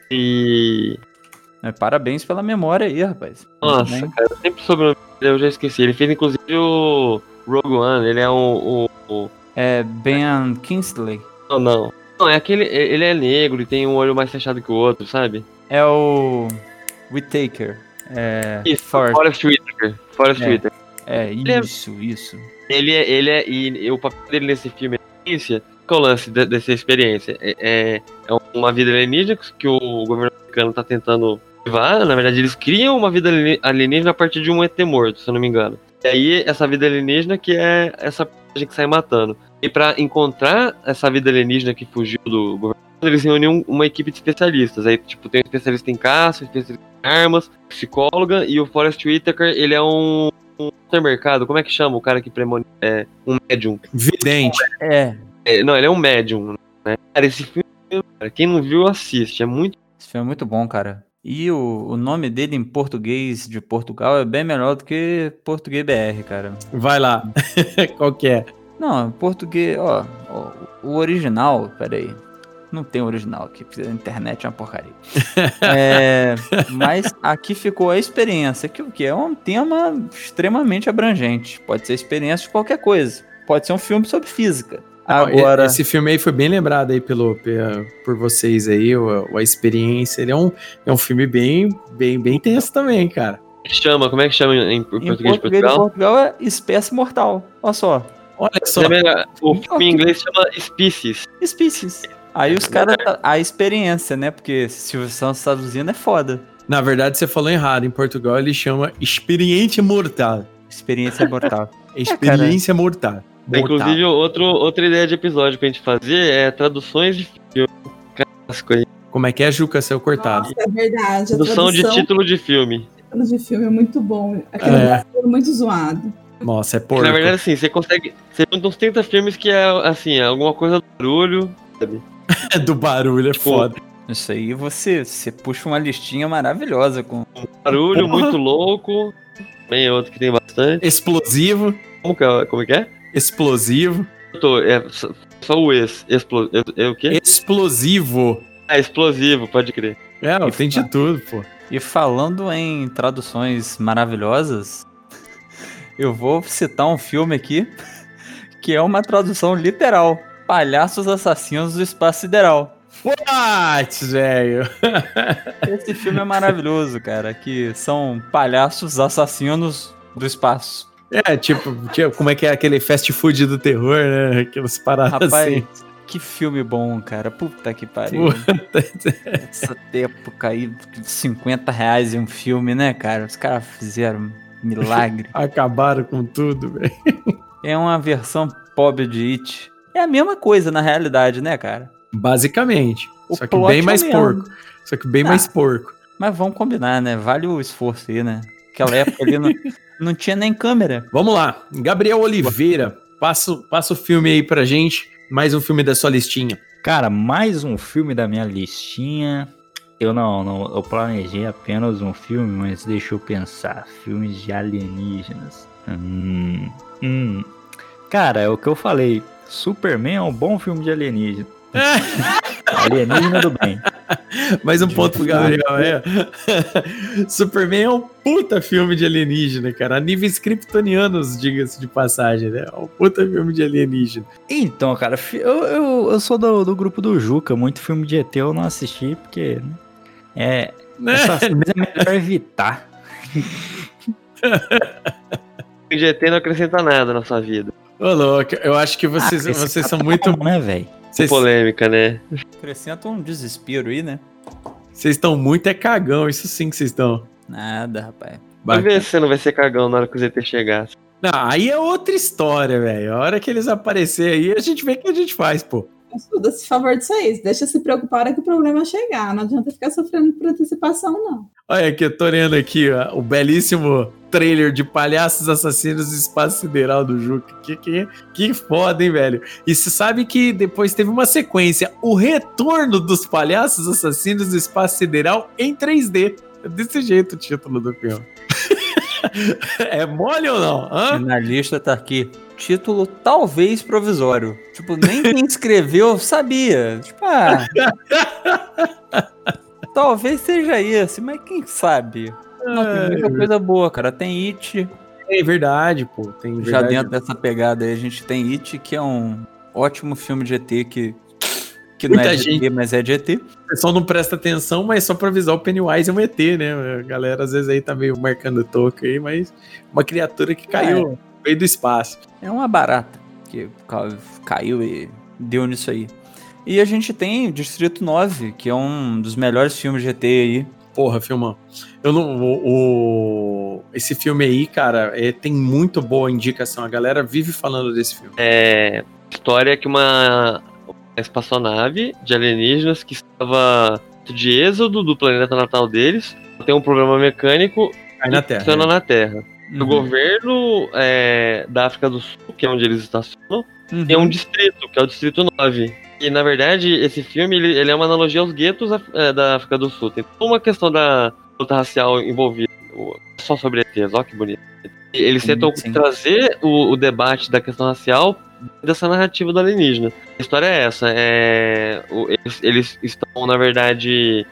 Speaker 6: E...
Speaker 5: parabéns pela memória aí, rapaz.
Speaker 6: Nossa, cara, eu sempre soube o nome dele, eu já esqueci. Ele fez, inclusive, o Rogue One. Ele é o... o, o...
Speaker 5: É Ben Kingsley.
Speaker 6: Não, não. Não, é aquele... Ele é negro e tem um olho mais fechado que o outro, sabe?
Speaker 5: É o... Whittaker. É...
Speaker 6: Isso, Forrest, Forrest Whitaker. Forrest
Speaker 5: é.
Speaker 6: Whitaker.
Speaker 5: É, isso, ele é, isso.
Speaker 6: Ele é... Ele é e o papel dele nesse filme é experiência. Qual é o lance de, dessa experiência? É, é, é uma vida alienígena que o governo americano tá tentando... Na verdade, eles criam uma vida alienígena a partir de um E T morto, se eu não me engano. E aí, essa vida alienígena que é essa personagem que sai matando. E pra encontrar essa vida alienígena que fugiu do governo, eles reúnem uma equipe de especialistas. Aí, tipo, tem um especialista em caça, um especialista em armas, psicóloga, e o Forrest Whitaker, ele é um, um supermercado. Como é que chama o cara que premoniza? É um médium.
Speaker 1: Vidente.
Speaker 5: É.
Speaker 6: é. Não, ele é um médium, né? Cara, esse filme, cara, quem não viu, assiste. É muito...
Speaker 5: Esse filme é muito bom, cara. E o, o nome dele em português de Portugal é bem melhor do que português B R, cara.
Speaker 1: Vai lá. Qual que é?
Speaker 5: Não, português... Ó, ó, o original... Peraí. Não tem original aqui, porque a internet é uma porcaria. é, mas aqui ficou a experiência, que o que é um tema extremamente abrangente. Pode ser experiência de qualquer coisa. Pode ser um filme sobre física. Agora...
Speaker 1: Esse filme aí foi bem lembrado aí pelo, por vocês aí, a, a experiência. Ele é um, é um filme bem, bem, bem tenso também, cara.
Speaker 6: Chama, como é que chama em, em português, português de Portugal?
Speaker 5: Em Portugal é Espécie Mortal, olha só.
Speaker 1: Olha só.
Speaker 6: É o filme em inglês chama Species.
Speaker 5: Species. Aí os caras, a experiência, né? Porque se você está traduzindo é foda.
Speaker 1: Na verdade, você falou errado. Em Portugal ele chama Experiência Mortal.
Speaker 5: Experiência Mortal.
Speaker 1: Experiência é, Mortal.
Speaker 6: Mortal. Inclusive, outro, outra ideia de episódio pra gente fazer é traduções de filme.
Speaker 1: Como é que é, Juca, seu cortado?
Speaker 2: Nossa, é verdade.
Speaker 6: Tradução, tradução de título de filme.
Speaker 2: Título de filme é muito bom. Aquele é muito zoado.
Speaker 1: Nossa, é porco.
Speaker 6: Na verdade, assim, você consegue... Você tem uns trinta filmes que é, assim, alguma coisa do barulho, sabe?
Speaker 1: Do barulho, é foda.
Speaker 5: Isso aí, você, você puxa uma listinha maravilhosa com...
Speaker 6: Um barulho Porra. muito louco... também é outro que tem bastante.
Speaker 1: Explosivo.
Speaker 6: Como que é? Como que é?
Speaker 1: Explosivo.
Speaker 6: Eu tô, é só, só o ex. Explo, é, é o quê?
Speaker 1: Explosivo.
Speaker 6: Ah, explosivo, pode crer.
Speaker 1: É,
Speaker 5: E
Speaker 1: tem de
Speaker 5: fa-
Speaker 1: tudo, pô.
Speaker 5: E falando em traduções maravilhosas, eu vou citar um filme aqui que é uma tradução literal. Palhaços Assassinos do Espaço Sideral.
Speaker 1: What, velho?
Speaker 5: Esse filme é maravilhoso, cara. Que são palhaços assassinos do espaço.
Speaker 1: É, tipo, tipo, como é que é aquele fast food do terror, né? Aquelas paradas
Speaker 5: Rapaz,
Speaker 1: assim.
Speaker 5: que filme bom, cara. Puta que pariu. Essa época aí, cinquenta reais em um filme, né, cara? Os caras fizeram milagre.
Speaker 1: Acabaram com tudo, velho.
Speaker 5: É uma versão pobre de It. É a mesma coisa, na realidade, né, cara?
Speaker 1: Basicamente.
Speaker 5: O
Speaker 1: Só que
Speaker 5: plot
Speaker 1: bem
Speaker 5: é o
Speaker 1: mais
Speaker 5: mesmo.
Speaker 1: porco. Só que bem
Speaker 5: Ah.
Speaker 1: mais porco.
Speaker 5: Mas vamos combinar, né? Vale o esforço aí, né? Aquela época ali não, não tinha nem câmera.
Speaker 1: Vamos lá. Gabriel Oliveira, passa, passa o filme aí pra gente. Mais um filme da sua listinha.
Speaker 4: Cara, mais um filme da minha listinha. Eu não, não, eu planejei apenas um filme, mas deixa eu pensar. Filmes de alienígenas. Hum, hum. Cara, é o que eu falei. Superman é um bom filme de alienígena. Alienígena do bem.
Speaker 1: Mais um ponto pro Gabriel, é. Superman é um puta filme de alienígena, cara. A níveis kryptonianos, diga-se de passagem, né? É um puta filme de alienígena.
Speaker 4: Então, cara, fi- eu, eu, eu sou do, do grupo do Juca. Muito filme de E T eu não assisti, porque né, é,
Speaker 1: Né?
Speaker 4: essas coisas é melhor evitar.
Speaker 6: O G T não acrescenta nada na sua vida.
Speaker 1: Ô, louco, eu acho que vocês,
Speaker 4: Ah, esse
Speaker 1: vocês
Speaker 4: cara
Speaker 1: são
Speaker 4: tá
Speaker 1: muito.
Speaker 4: bom, né, velho?
Speaker 1: Vocês
Speaker 6: Polêmica, né?
Speaker 5: Acrescenta um desespero aí, né?
Speaker 1: vocês estão muito é cagão, isso sim que vocês estão.
Speaker 5: Nada, rapaz.
Speaker 6: Vai ver se você não vai ser cagão na hora que o Z T chegar.
Speaker 1: Não, aí é outra história, velho. A hora que eles aparecerem aí, a gente vê o que a gente faz, pô.
Speaker 2: Estuda-se a favor disso aí. Deixa se preocupar a hora que o problema chegar. Não adianta ficar sofrendo por antecipação, não.
Speaker 1: Olha aqui, eu tô olhando aqui, ó, o belíssimo trailer de Palhaços Assassinos do Espaço Sideral do Juca. Que, que, que foda, hein, velho? E você sabe que depois teve uma sequência, o retorno dos Palhaços Assassinos do Espaço Sideral em três D. É desse jeito o título do filme. É mole ou não? Hã?
Speaker 5: Na lista tá aqui. Título talvez provisório. Tipo, nem quem escreveu sabia. Tipo, ah. Talvez seja esse, mas quem sabe? Não, tem muita coisa boa, cara. Tem It.
Speaker 1: É verdade, pô. Tem
Speaker 5: Já
Speaker 1: verdade.
Speaker 5: dentro dessa pegada aí, a gente tem It, que é um ótimo filme de E T que, que não
Speaker 1: Muita
Speaker 5: é de E T,
Speaker 1: gente-
Speaker 5: mas é de E T.
Speaker 1: O pessoal não presta atenção, mas só pra avisar, o Pennywise é um E T, né? A galera às vezes aí tá meio marcando toca aí, mas uma criatura que caiu no meio do espaço.
Speaker 5: É uma barata que ca- caiu e deu nisso aí. E a gente tem Distrito nove, que é um dos melhores filmes de E T aí.
Speaker 1: Porra, filmão. Eu não. O, o- esse filme aí, cara, é, tem muito boa indicação. A galera vive falando desse filme.
Speaker 6: É. História que uma, uma espaçonave de alienígenas que estava de êxodo do planeta natal deles tem um problema mecânico
Speaker 1: Cai na
Speaker 6: e
Speaker 1: Terra.
Speaker 6: funciona na Terra. O
Speaker 5: Uhum.
Speaker 6: governo é, da África do Sul, que é onde eles estacionam,
Speaker 5: Uhum.
Speaker 6: tem um distrito, que é o Distrito nove. E, na verdade, esse filme ele, ele é uma analogia aos guetos af- é, da África do Sul. Tem toda uma questão da luta racial envolvida. O- Só sobre E Tês, ó que bonito. E eles
Speaker 5: Sim,
Speaker 6: tentam
Speaker 5: sim.
Speaker 6: trazer o, o debate da questão racial dessa narrativa do alienígena. A história é essa. É, o- eles, eles estão, na verdade,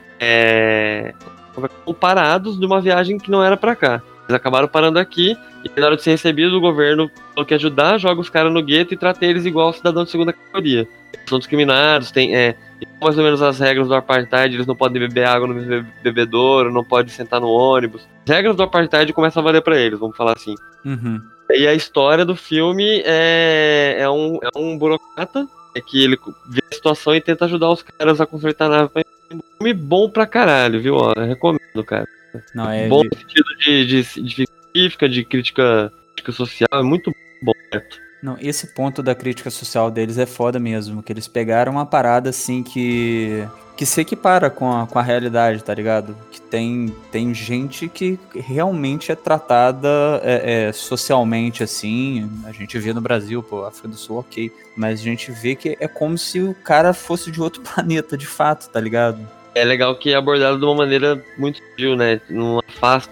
Speaker 6: é, parados de uma viagem que não era pra cá. Eles acabaram parando aqui e na hora de ser recebido, o governo falou que ia ajudar, joga os caras no gueto e trata eles igual cidadão de segunda categoria. Eles são discriminados, tem é, mais ou menos as regras do apartheid, eles não podem beber água no bebe- bebedouro, não podem sentar no ônibus. As regras do apartheid começam a valer pra eles, vamos falar assim.
Speaker 5: Uhum.
Speaker 6: E a história do filme é, é, um, é um burocrata é que ele vê a situação e tenta ajudar os caras a consertar a nave. É um filme bom pra caralho, viu? Ó, eu recomendo, cara.
Speaker 5: Não, é.
Speaker 6: Bom no sentido de, de, de científica, de crítica, crítica social, é muito bom. Certo?
Speaker 5: Não, esse ponto da crítica social deles é foda mesmo, que eles pegaram uma parada assim que que se equipara com a, com a realidade, tá ligado? Que tem, tem gente que realmente é tratada é, é, socialmente assim, a gente vê no Brasil, pô, África do Sul, ok, mas a gente vê que é como se o cara fosse de outro planeta, de fato, tá ligado?
Speaker 6: É legal que é abordado de uma maneira muito sutil, né? Não afasta o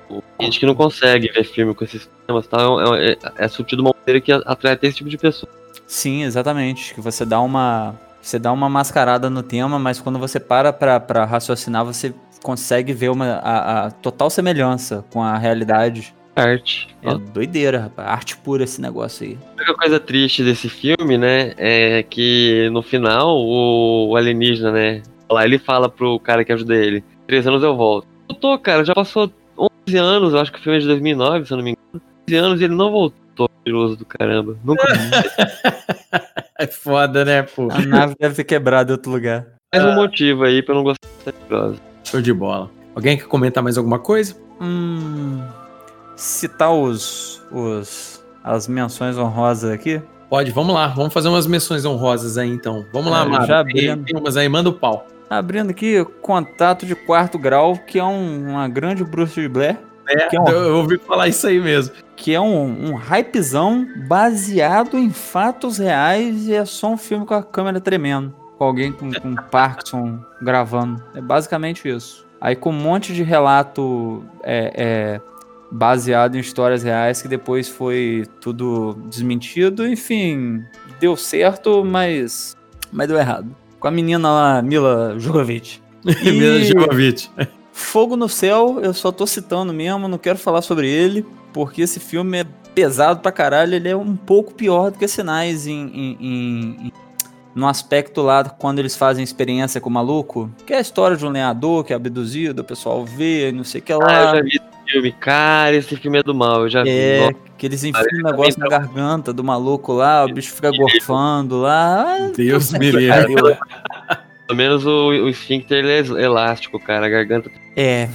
Speaker 6: Tem gente que não consegue ver filme com esses temas, tá? É, é, é sutil de uma maneira que atrai até esse tipo de pessoa.
Speaker 5: Sim, exatamente. Que você dá uma, você dá uma mascarada no tema, mas quando você para pra, pra raciocinar, você consegue ver uma, a, a total semelhança com a realidade.
Speaker 6: Arte.
Speaker 5: É doideira, rapaz. Arte pura esse negócio aí.
Speaker 6: A única coisa triste desse filme, né, é que no final o alienígena, né, lá ele fala pro cara que ajuda ele, três anos eu volto. Voltou, cara, já passou onze anos, eu acho que o filme é de dois mil e nove, se eu não me engano. onze anos e ele não voltou, mentiroso do caramba. Nunca vi.
Speaker 1: É foda, né, pô?
Speaker 5: A nave deve ter quebrado em outro lugar.
Speaker 6: Mais um motivo aí pra eu não gostar dessa mentirosa.
Speaker 1: Show de bola. Alguém quer comentar mais alguma coisa?
Speaker 5: Hum... Citar os, os as menções honrosas aqui?
Speaker 1: Pode, vamos lá. Vamos fazer umas menções honrosas aí, então. Vamos lá,
Speaker 5: É,
Speaker 1: Mário.
Speaker 5: já
Speaker 1: Tem,
Speaker 5: abrindo.
Speaker 1: tem umas aí, manda o pau.
Speaker 5: Abrindo aqui, Contato de Quarto Grau, que é um, uma grande Bruce de Blair.
Speaker 1: É,
Speaker 5: que é um,
Speaker 1: eu ouvi falar isso aí mesmo.
Speaker 5: Que é um, um hypezão baseado em fatos reais e é só um filme com a câmera tremendo. Com alguém com, com Parkinson gravando. É basicamente isso. Aí com um monte de relato é, é, baseado em histórias reais que depois foi tudo desmentido. Enfim, deu certo, mas, mas deu errado. Com a menina lá, Mila Jovovich. E...
Speaker 1: Mila Jovovich.
Speaker 5: Fogo no Céu, eu só tô citando mesmo, não quero falar sobre ele, porque esse filme é pesado pra caralho, ele é um pouco pior do que Sinais em, em, em, em, no aspecto lá, quando eles fazem experiência com o maluco, que é a história de um lenhador que é abduzido, o pessoal vê, não sei o que lá.
Speaker 6: Ah, eu já vi esse filme, cara, esse filme é do mal, eu já vi.
Speaker 5: É,
Speaker 6: Nossa,
Speaker 5: que eles enfiam um negócio na garganta do maluco lá, o bicho fica gorfando lá.
Speaker 1: Deus me livre.
Speaker 6: Pelo menos o, o esfíncter ele é elástico, cara. A garganta.
Speaker 5: É.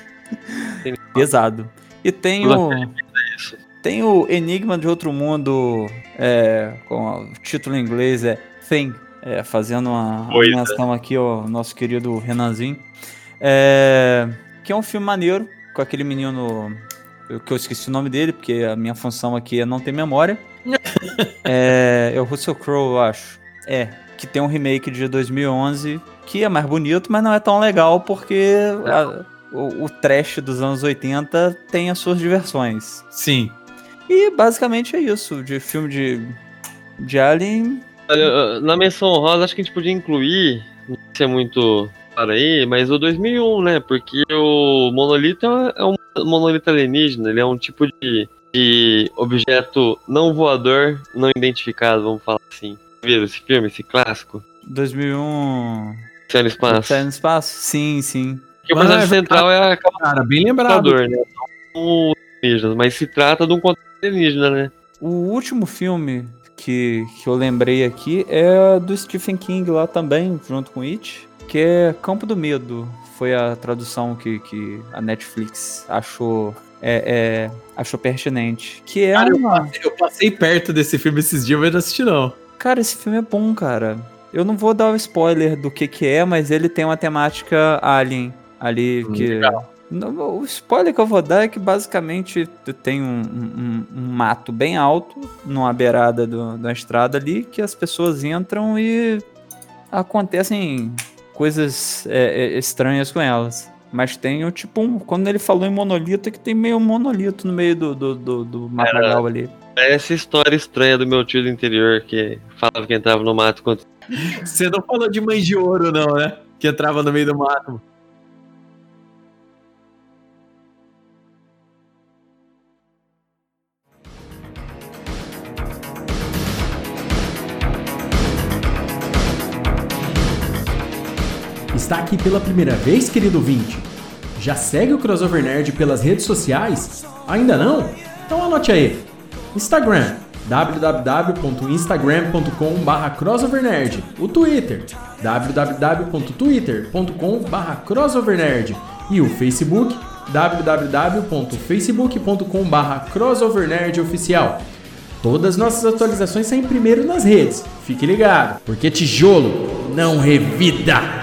Speaker 5: Pesado. E tem o. Tem o Enigma de Outro Mundo, é, com o título em inglês é Thing, é, fazendo uma menção aqui ao nosso querido Renanzinho. É, que é um filme maneiro, com aquele menino. Que eu esqueci o nome dele, porque a minha função aqui é não ter memória. é, é o Russell Crowe, eu acho. É. Que tem um remake de dois mil e onze, que é mais bonito, mas não é tão legal, porque a, o, o trash dos anos oitenta tem as suas diversões.
Speaker 1: Sim.
Speaker 5: E basicamente é isso, de filme de, de Alien.
Speaker 6: Na menção honrosa, acho que a gente podia incluir, não sei se é muito para aí, mas o dois mil e um, né? Porque o monolito é um monolito alienígena, ele é um tipo de, de objeto não voador, não identificado, vamos falar assim. Viram esse filme, esse clássico?
Speaker 5: dois mil e um...
Speaker 6: Odisseia no Espaço.
Speaker 5: Odisseia no Espaço? Sim, sim.
Speaker 6: Porque o personagem central é a
Speaker 1: cara, bem lembrado.
Speaker 6: Né? Não alienígenas, mas se trata de um contato alienígena, né?
Speaker 5: O último filme que, que eu lembrei aqui é do Stephen King lá também, junto com It, que é Campo do Medo. Foi a tradução que, que a Netflix achou... É, é, achou pertinente. Que é
Speaker 1: cara,
Speaker 5: uma...
Speaker 1: eu, passei, eu passei perto desse filme esses dias, mas não assisti não.
Speaker 5: Cara, esse filme é bom, cara. Eu não vou dar o spoiler do que que é, mas ele tem uma temática alien ali. Hum, que... O spoiler que eu vou dar é que basicamente tem um, um, um mato bem alto numa beirada do, da estrada ali, que as pessoas entram e acontecem coisas é, estranhas com elas. Mas tem o tipo um... Quando ele falou em monolito, é que tem meio um monolito no meio do, do, do, do matagal ali.
Speaker 6: É essa história estranha do meu tio do interior que falava que entrava no mato quando...
Speaker 1: Você não falou de Mãe de Ouro, não, né? Que entrava no meio do mato.
Speaker 9: Está aqui pela primeira vez, querido ouvinte? Já segue o Crossover Nerd pelas redes sociais? Ainda não? Então anote aí. Instagram, w w w ponto instagram ponto com barra crossovernerd. O Twitter, w w w ponto twitter ponto com barra crossovernerd. E o Facebook, w w w ponto facebook ponto com barra crossovernerd-oficial. Todas nossas atualizações saem primeiro nas redes. Fique ligado, porque tijolo não revida!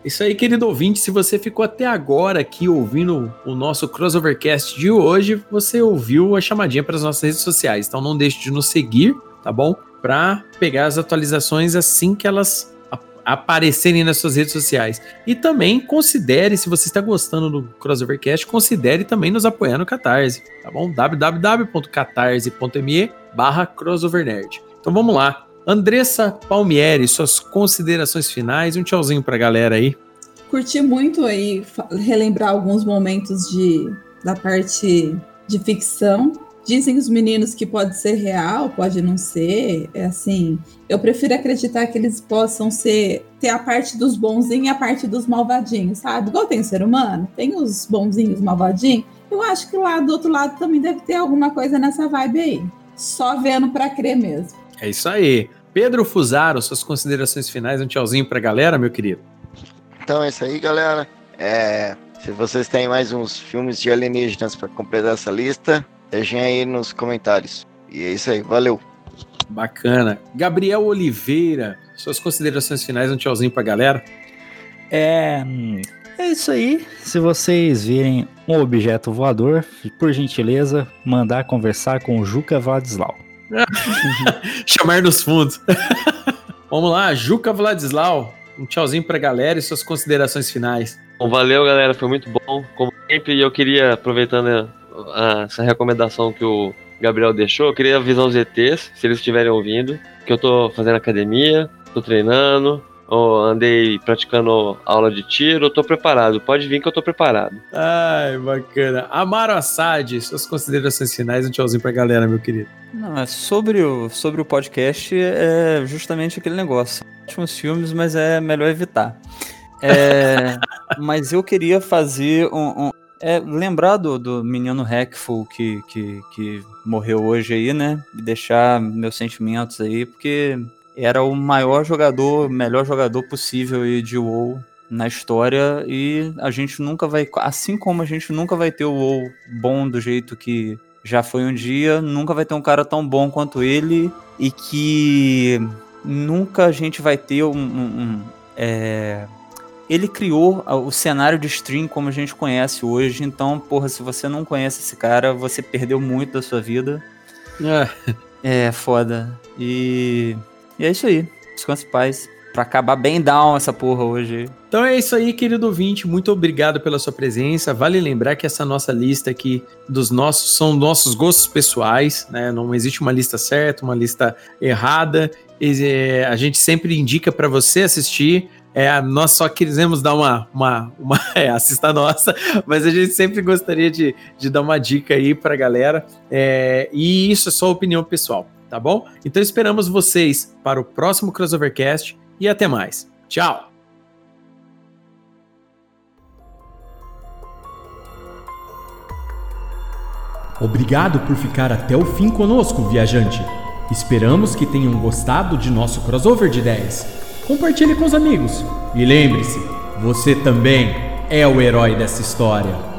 Speaker 1: Isso aí, querido ouvinte, se você ficou até agora aqui ouvindo o nosso Crossovercast de hoje, você ouviu a chamadinha para as nossas redes sociais. Então não deixe de nos seguir, tá bom? Para pegar as atualizações assim que elas aparecerem nas suas redes sociais. E também considere, se você está gostando do Crossovercast, considere também nos apoiar no Catarse, tá bom? w w w ponto catarse ponto m e barra crossovernerd. Então vamos lá. Andressa Palmieri, suas considerações finais, um tchauzinho pra galera aí.
Speaker 2: Curti muito aí relembrar alguns momentos de, da parte de ficção. Dizem os meninos que pode ser real, pode não ser. É assim, eu prefiro acreditar que eles possam ser ter a parte dos bonzinhos e a parte dos malvadinhos, sabe? Igual tem o ser humano, tem os bonzinhos, malvadinhos. Eu acho que lá do outro lado também deve ter alguma coisa nessa vibe aí. Só vendo pra crer mesmo.
Speaker 1: É isso aí. Pedro Fusaro, suas considerações finais, um tchauzinho pra galera, meu querido.
Speaker 3: Então é isso aí, galera. É, se vocês têm mais uns filmes de alienígenas pra completar essa lista, deixem aí nos comentários. E é isso aí, valeu.
Speaker 1: Bacana. Gabriel Oliveira, suas considerações finais, um tchauzinho pra galera.
Speaker 4: É, é isso aí. Se vocês virem um objeto voador, por gentileza, mandar conversar com o Juca Vladislau.
Speaker 1: Chamar nos fundos. Vamos lá, Juca Vladislau. Um tchauzinho pra galera e suas considerações finais.
Speaker 6: Bom, valeu, galera. Foi muito bom. Como sempre, eu queria, aproveitando a, a, essa recomendação que o Gabriel deixou, eu queria avisar os E Tês, se eles estiverem ouvindo, que eu tô fazendo academia, tô treinando, ou andei praticando aula de tiro, eu tô preparado. Pode vir que eu tô preparado.
Speaker 1: Ai, bacana. Amaro Assad, suas considerações finais, um tchauzinho pra galera, meu querido.
Speaker 5: Não, é sobre o, sobre o podcast, é justamente aquele negócio. Ótimos filmes, mas é melhor evitar. É, mas eu queria fazer um... um é, lembrar do, do menino Hackful que, que, que morreu hoje aí, né? E deixar meus sentimentos aí, porque era o maior jogador, melhor jogador possível aí de WoW na história, e a gente nunca vai... Assim como a gente nunca vai ter o WoW bom do jeito que já foi um dia, nunca vai ter um cara tão bom quanto ele, e que nunca a gente vai ter um... um, um é... Ele criou o cenário de stream como a gente conhece hoje, então, porra, se você não conhece esse cara, você perdeu muito da sua vida. É, é foda. E, e é isso aí. Descanse em paz. Pra acabar bem down essa porra hoje.
Speaker 1: Então é isso aí, querido ouvinte. Muito obrigado pela sua presença. Vale lembrar que essa nossa lista aqui dos nossos são nossos gostos pessoais, né? Não existe uma lista certa, uma lista errada. E, é, a gente sempre indica para você assistir. É, nós só quisemos dar uma, uma, uma é, assista a nossa, mas a gente sempre gostaria de, de dar uma dica aí pra galera, é, e isso é só opinião pessoal, tá bom? Então esperamos vocês para o próximo Crossovercast e até mais. Tchau!
Speaker 9: Obrigado por ficar até o fim conosco, viajante. Esperamos que tenham gostado de nosso crossover de ideias. Compartilhe com os amigos. E lembre-se, você também é o herói dessa história.